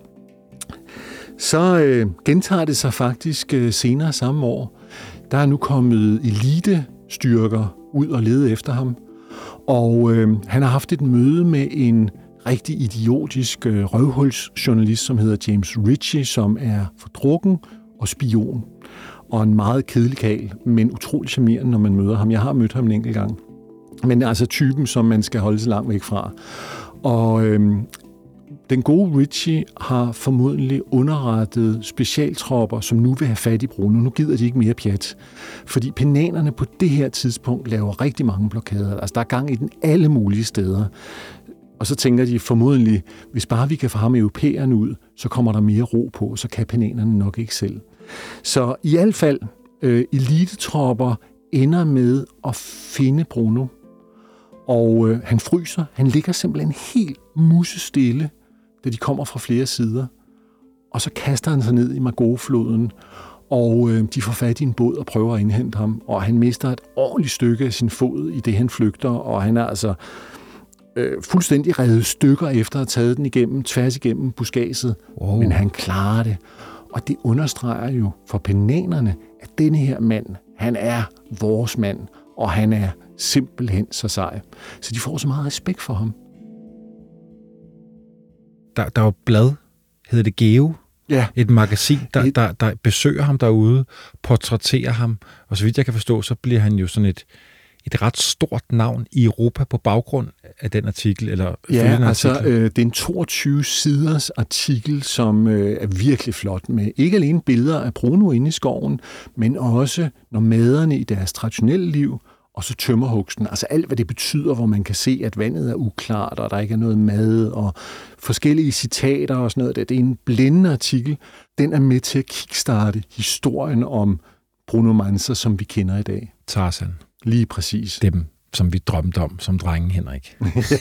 Så gentager det sig faktisk senere samme år. Der er nu kommet elitestyrker ud og lede efter ham. Og han har haft et møde med en rigtig idiotisk røvhulsjournalist, som hedder James Ritchie, som er fordrukken og spion. Og en meget kedelig karl, men utrolig charmerende, når man møder ham. Jeg har mødt ham en enkelt gang. Men altså typen, som man skal holde sig langt væk fra. Og Den gode Ritchie har formodentlig underrettet specialtropper, som nu vil have fat i Bruno. Nu gider de ikke mere pjat. Fordi penanerne på det her tidspunkt laver rigtig mange blokader. Altså, der er gang i den alle mulige steder. Og så tænker de formodentlig, hvis bare vi kan få ham europæerne ud, så kommer der mere ro på, så kan penanerne nok ikke selv. Så i hvert fald, elitetropper ender med at finde Bruno. Og han fryser. Han ligger simpelthen helt musestille, da de kommer fra flere sider. Og så kaster han sig ned i Margaux-floden, og de får fat i en båd og prøver at indhente ham. Og han mister et ordentligt stykke af sin fod, i det han flygter, og han er altså fuldstændig revet stykker efter at have taget den igennem, tværs igennem buskadset. Wow. Men han klarer det. Og det understreger jo for penanerne, at denne her mand, han er vores mand, og han er simpelthen så sej. Så de får så meget respekt for ham. Der er jo blad, hedder det Geo, ja. Et magasin, der besøger ham derude, portrætterer ham, og så vidt jeg kan forstå, så bliver han jo sådan et ret stort navn i Europa på baggrund af den artikel, eller følgende artikel. Det er en 22-siders artikel, som er virkelig flot, med ikke alene billeder af Bruno inde i skoven, men også nomaderne i deres traditionelle liv, og så tømmerhugsten. Altså alt, hvad det betyder, hvor man kan se, at vandet er uklart, og der ikke er noget mad, og forskellige citater og sådan noget. Det er en blændende artikel. Den er med til at kickstarte historien om Bruno Manza, som vi kender i dag. Tarzan. Lige præcis. Dem, som vi drømte om som drenge, Henrik.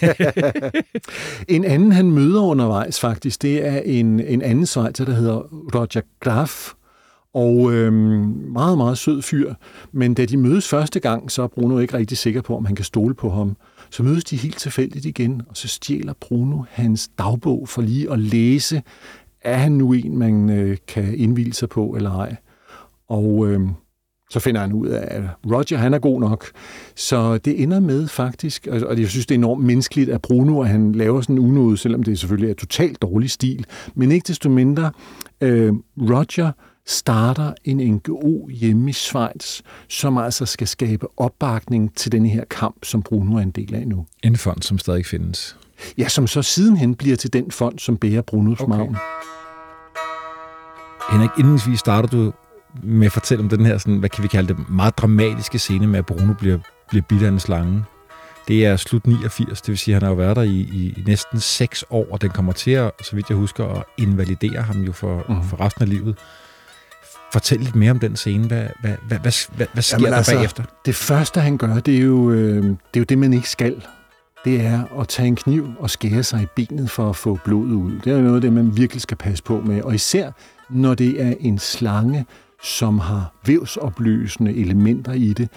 En anden, han møder undervejs faktisk, det er en anden svejser, der hedder Roger Graf. Og meget, meget sød fyr. Men da de mødes første gang, så er Bruno ikke rigtig sikker på, om han kan stole på ham. Så mødes de helt tilfældigt igen, og så stjæler Bruno hans dagbog for lige at læse, er han nu en, man kan indvilde sig på eller ej. Og så finder han ud af, at Roger, han er god nok. Så det ender med faktisk, og jeg synes, det er enormt menneskeligt, at Bruno, at han laver sådan en unåde, selvom det selvfølgelig er totalt dårlig stil. Men ikke desto mindre, Roger starter en NGO hjemme i Schweiz, som altså skal skabe opbakning til denne her kamp, som Bruno er en del af nu. En fond, som stadig findes. Ja, som så sidenhen bliver til den fond, som bærer Brunos navn. Henrik, indledningsvis starter du med at fortælle om den her, sådan, hvad kan vi kalde det, meget dramatiske scene med, at Bruno bliver bidt af en slange. Det er slut 89, det vil sige, at han har jo været der i næsten 6 år, og den kommer til at, så vidt jeg husker, at invalidere ham jo for resten af livet. Fortæl lidt mere om den scene. Hvad sker der bagefter? Det første, han gør, det er jo det, man ikke skal. Det er at tage en kniv og skære sig i benet for at få blodet ud. Det er jo noget af det, man virkelig skal passe på med. Og især, når det er en slange, som har vævsopløsende elementer i det.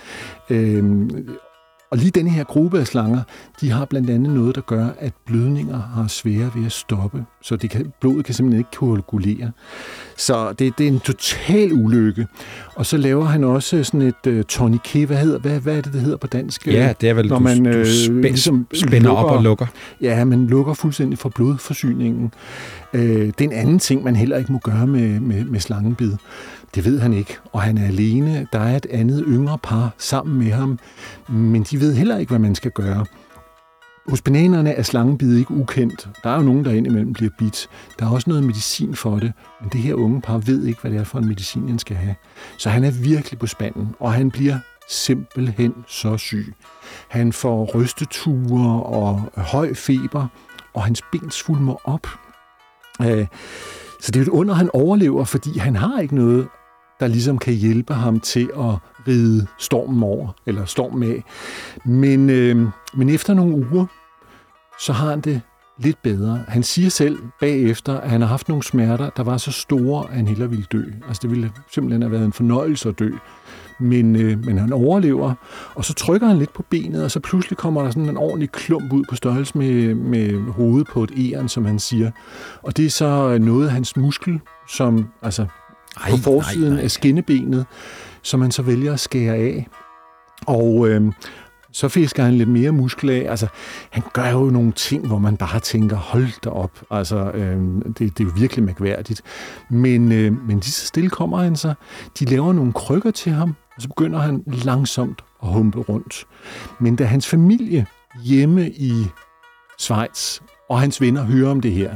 Og lige denne her gruppe af slanger, de har blandt andet noget, der gør, at blødninger har svære ved at stoppe. Så blodet kan simpelthen ikke koagulere. Så det er en total ulykke. Og så laver han også sådan et tourniquet. Hvad er det hedder på dansk? Ja, det er vel, når man ligesom spænder op og lukker. Ja, man lukker fuldstændig for blodforsyningen. Det er en anden ting, man heller ikke må gøre med slangebid. Det ved han ikke, og han er alene. Der er et andet yngre par sammen med ham, men de ved heller ikke, hvad man skal gøre. Hos bananerne er slangebid ikke ukendt. Der er jo nogen, der indimellem bliver bidt. Der er også noget medicin for det, men det her unge par ved ikke, hvad det er for en medicin, han skal have. Så han er virkelig på spanden, og han bliver simpelthen så syg. Han får rysteture og høj feber, og hans ben svulmer op. Så det er et under, han overlever, fordi han har ikke noget, der ligesom kan hjælpe ham til at ride stormen over, eller stormen af. Men efter nogle uger, så har han det lidt bedre. Han siger selv bagefter, at han har haft nogle smerter, der var så store, at han hellere ville dø. Altså det ville simpelthen have været en fornøjelse at dø. Men han overlever, og så trykker han lidt på benet, og så pludselig kommer der sådan en ordentlig klump ud på størrelse med hovedet på et egern, som han siger. Og det er så noget af hans muskel, som altså på forsiden af skinnebenet, som han så vælger at skære af. Og så fisker han lidt mere muskel af. Altså, han gør jo nogle ting, hvor man bare tænker, hold da op. Altså, det er jo virkelig mærkværdigt. Men lige så stille kommer han så. De laver nogle krykker til ham, og så begynder han langsomt at humpe rundt. Men da hans familie hjemme i Schweiz og hans venner hører om det her,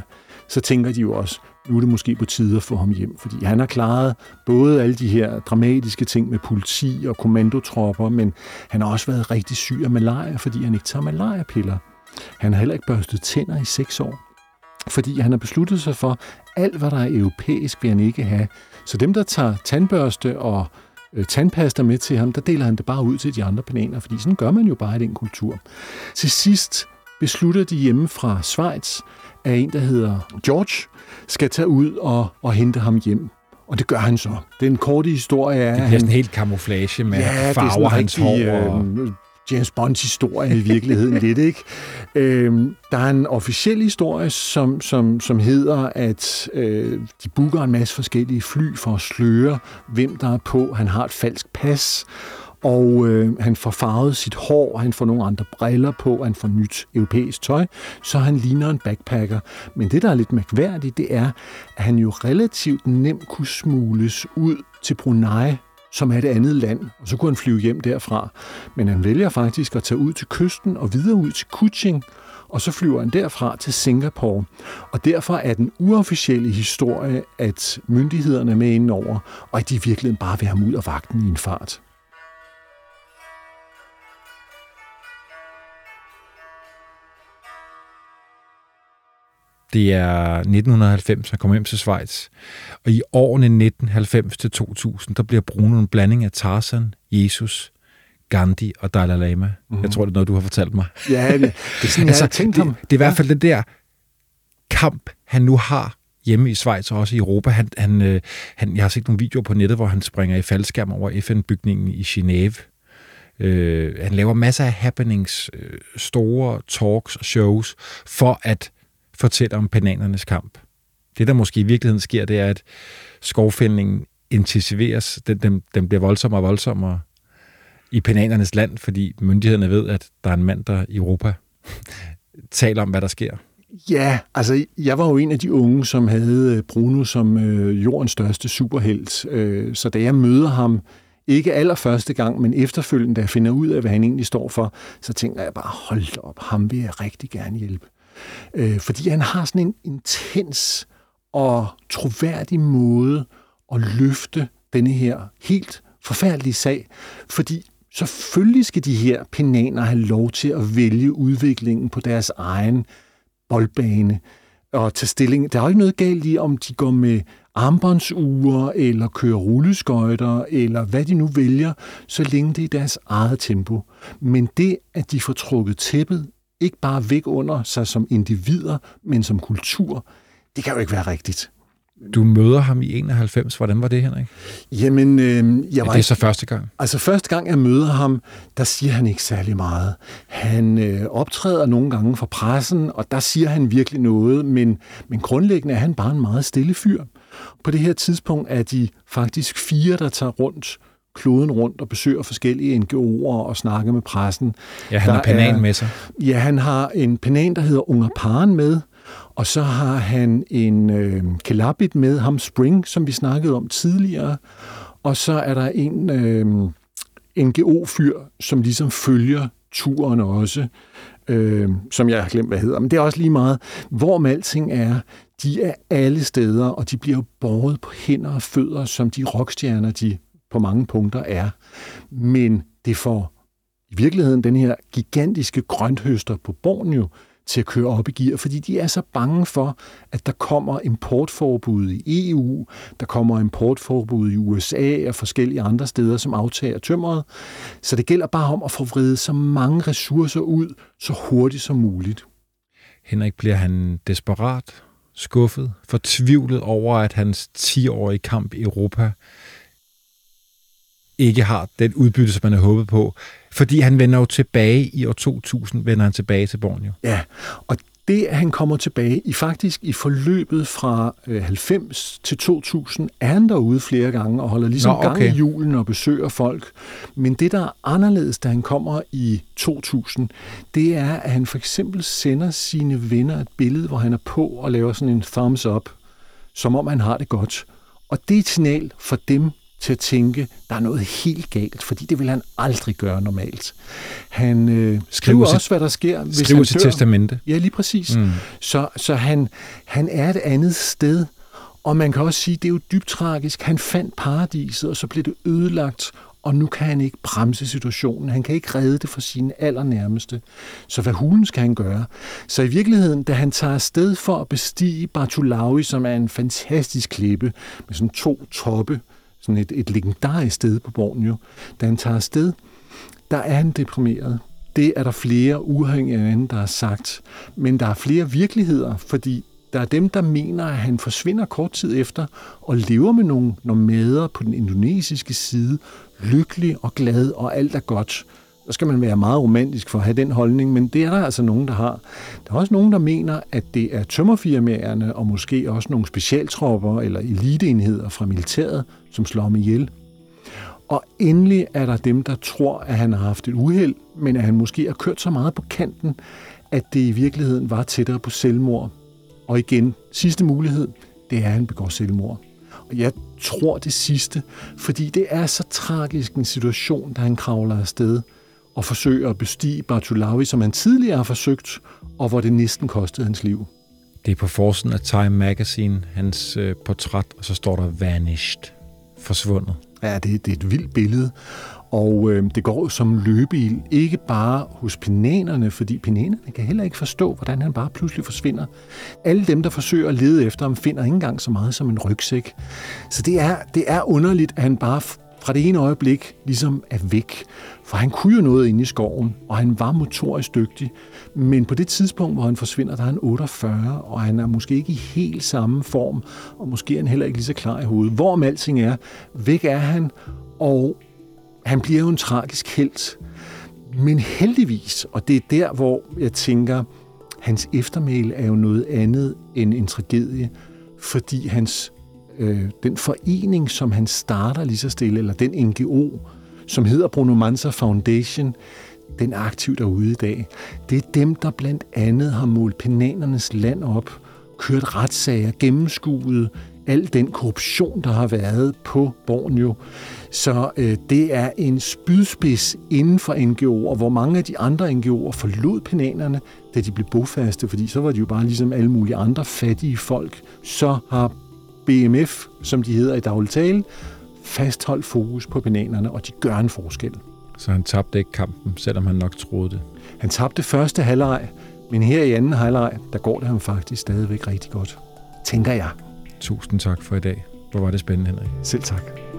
så tænker de jo også, nu er det måske på tide at få ham hjem, fordi han har klaret både alle de her dramatiske ting med politi og kommandotropper, men han har også været rigtig syg af malaria, fordi han ikke tager malariapiller. Han har heller ikke børstet tænder i 6 år, fordi han har besluttet sig for, alt hvad der er europæisk, vil han ikke have. Så dem, der tager tandbørste og tandpasta med til ham, der deler han det bare ud til de andre pananer, fordi sådan gør man jo bare i den kultur. Til sidst beslutter de hjemme fra Schweiz, at en, der hedder George, skal tage ud og hente ham hjem. Og det gør han så. Den korte historie er... Det bliver sådan helt camouflage med farver hans hår. James Bonds historie i virkeligheden lidt, ikke? Der er en officiel historie, som hedder, at de booker en masse forskellige fly for at sløre, hvem der er på. Han har et falsk pas, og han får farvet sit hår, han får nogle andre briller på, han får nyt europæisk tøj, så han ligner en backpacker. Men det, der er lidt mærkværdigt, det er, at han jo relativt nemt kunne smugles ud til Brunei, som er et andet land, og så kunne han flyve hjem derfra. Men han vælger faktisk at tage ud til kysten og videre ud til Kuching, og så flyver han derfra til Singapore. Og derfor er den uofficielle historie, at myndighederne er med indenover, og at de virkelig bare vil have ham ud af vagten i en fart. Det er 1990, han kommer hjem til Schweiz. Og i årene 1990 til 2000, der bliver Bruno en blanding af Tarzan, Jesus, Gandhi og Dalai Lama. Jeg tror, det er noget, du har fortalt mig. Ja, det er sådan, jeg har tænkt ham. Det er i hvert fald den der kamp, han nu har hjemme i Schweiz og også i Europa. Jeg har set nogle videoer på nettet, hvor han springer i faldskærm over FN-bygningen i Genève. Han laver masser af happenings, store talks og shows, for at fortælle om pananernes kamp. Det, der måske i virkeligheden sker, det er, at skovfældningen intensiveres. Den bliver voldsommere og voldsommere i pananernes land, fordi myndighederne ved, at der er en mand, der i Europa taler om, hvad der sker. Ja, altså jeg var jo en af de unge, som havde Bruno som jordens største superhelt. Så da jeg møder ham, ikke allerførste gang, men efterfølgende, da jeg finder ud af, hvad han egentlig står for, så tænker jeg bare, hold op, ham vil jeg rigtig gerne hjælpe. Fordi han har sådan en intens og troværdig måde at løfte denne her helt forfærdelige sag. Fordi selvfølgelig skal de her penaner have lov til at vælge udviklingen på deres egen boldbane og tage stilling. Der er jo ikke noget galt i, om de går med armbåndsure eller kører rulleskøjter eller hvad de nu vælger, så længe det er deres eget tempo. Men det, at de får trukket tæppet ikke bare væk under sig som individer, men som kultur, det kan jo ikke være rigtigt. Du møder ham i 91. Hvordan var det, Henrik? Jamen, det er så første gang? Altså første gang, jeg møder ham, der siger han ikke særlig meget. Han optræder nogle gange for pressen, og der siger han virkelig noget, men grundlæggende er han bare en meget stille fyr. På det her tidspunkt er de faktisk 4, der tager kloden rundt og besøger forskellige NGO'er og snakker med pressen. Ja, han har penan med sig. Ja, han har en penan, der hedder Ungar Paren med, og så har han en Kelabit med, ham Spring, som vi snakkede om tidligere, og så er der en NGO-fyr, som ligesom følger turen også, som jeg har glemt, hvad hedder, men det er også lige meget. Hvorom alting er, de er alle steder, og de bliver båret på hænder og fødder, som de rockstjerner, de på mange punkter er. Men det får i virkeligheden den her gigantiske grønthøster på Borneo til at køre op i gear, fordi de er så bange for, at der kommer importforbud i EU, der kommer importforbud i USA og forskellige andre steder, som aftager tømmeret. Så det gælder bare om at få vredet så mange ressourcer ud, så hurtigt som muligt. Henrik, bliver han desperat, skuffet, fortvivlet over, at hans 10-årige kamp i Europa ikke har den udbytte, som man havde håbet på. Fordi han vender jo tilbage i år 2000, vender han tilbage til Borneo. Ja, og det, at han kommer tilbage, i forløbet fra 90 til 2000, er han derude flere gange og holder ligesom gang i julen og besøger folk. Men det, der er anderledes, da han kommer i 2000, det er, at han for eksempel sender sine venner et billede, hvor han er på og laver sådan en thumbs up, som om han har det godt. Og det er et signal for dem, til at tænke, der er noget helt galt, fordi det vil han aldrig gøre normalt. Han skriver også, hvad der sker, hvis han dør. Skriver sit testamente. Ja, lige præcis. Så han er et andet sted, og man kan også sige, det er jo dybt tragisk. Han fandt paradiset, og så blev det ødelagt, og nu kan han ikke bremse situationen. Han kan ikke redde det for sine allernærmeste. Så hvad hulen skal han gøre? Så i virkeligheden, da han tager afsted for at bestige Bartulaui, som er en fantastisk klippe med sådan 2 toppe, sådan et legendarisk sted på Borneo, da han tager afsted, der er han deprimeret. Det er der flere uafhængige af hinanden, der har sagt. Men der er flere virkeligheder, fordi der er dem, der mener, at han forsvinder kort tid efter og lever med nogle nomader på den indonesiske side, lykkelig og glad, og alt er godt. Så skal man være meget romantisk for at have den holdning, men det er der altså nogen, der har. Der er også nogen, der mener, at det er tømmerfirmaerne og måske også nogle specialtropper eller eliteenheder fra militæret, som slår ham ihjel. Og endelig er der dem, der tror, at han har haft et uheld, men at han måske har kørt så meget på kanten, at det i virkeligheden var tættere på selvmord. Og igen, sidste mulighed, det er, at han begår selvmord. Og jeg tror det sidste, fordi det er så tragisk en situation, da han kravler afsted og forsøger at bestige Bartulaui, som han tidligere har forsøgt, og hvor det næsten kostede hans liv. Det er på forsiden af Time Magazine, hans portræt, og så står der vanished, forsvundet. Ja, det er et vildt billede, og det går som løbeild, ikke bare hos pinanerne, fordi pinanerne kan heller ikke forstå, hvordan han bare pludselig forsvinder. Alle dem, der forsøger at lede efter ham, finder ikke engang så meget som en rygsæk. Så det er underligt, at han bare fra det ene øjeblik ligesom er væk. For han kunne jo noget inde i skoven, og han var motorisk dygtig. Men på det tidspunkt, hvor han forsvinder, der er han 48, og han er måske ikke i helt samme form, og måske er han heller ikke lige så klar i hovedet. Hvorom alting er, væk er han, og han bliver jo en tragisk helt. Men heldigvis, og det er der, hvor jeg tænker, hans eftermæle er jo noget andet end en tragedie, fordi den forening, som han starter lige så stille, eller den NGO, som hedder Bruno Mansa Foundation, den er aktiv derude i dag. Det er dem, der blandt andet har målt pinanernes land op, kørt retssager, gennemskuet al den korruption, der har været på Borneo. Så det er en spydspids inden for NGO'er, hvor mange af de andre NGO'er forlod pinanerne, da de blev bofaste, fordi så var de jo bare ligesom alle mulige andre fattige folk. Så har BMF, som de hedder i daglig tale, fastholdt fokus på pinanerne, og de gør en forskel. Så han tabte ikke kampen, selvom han nok troede det? Han tabte første halvleg, men her i anden halvleg, der går det ham faktisk stadigvæk rigtig godt. Tænker jeg. Tusind tak for i dag. Hvor var det spændende, Henrik. Selv tak.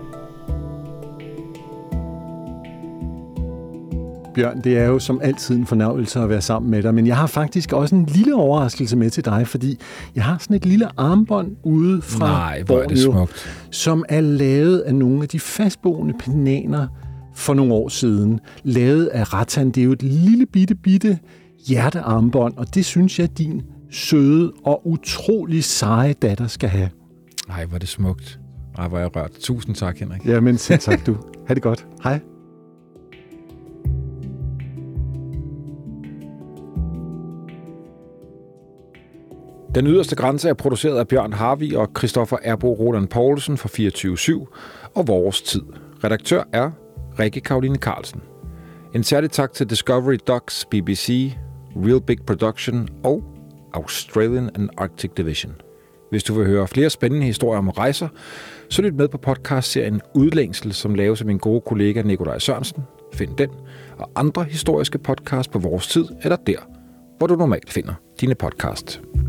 Bjørn, det er jo som altid en fornøjelse at være sammen med dig, men jeg har faktisk også en lille overraskelse med til dig, fordi jeg har sådan et lille armbånd ude fra Borneo, som er lavet af nogle af de fastboende pinaner for nogle år siden. Lavet af rattan. Det er jo et lille bitte hjertearmbånd, og det synes jeg, din søde og utrolig seje datter skal have. Ej, hvor er det smukt. Ej, hvor er jeg rørt. Tusind tak, Henrik. Jamen, selv tak du. Ha' det godt. Hej. Den yderste grænse er produceret af Bjørn Harvig og Christoffer Erbo Roland Poulsen fra 24/7 og Vores Tid. Redaktør er Rikke Karoline Carlsen. En særlig tak til Discovery Docs, BBC, Real Big Production og Australian and Arctic Division. Hvis du vil høre flere spændende historier om rejser, så lyt med på podcastserien Udlængsel, som laves af min gode kollega Nikolaj Sørensen. Find den og andre historiske podcasts på Vores Tid, eller der, hvor du normalt finder dine podcasts.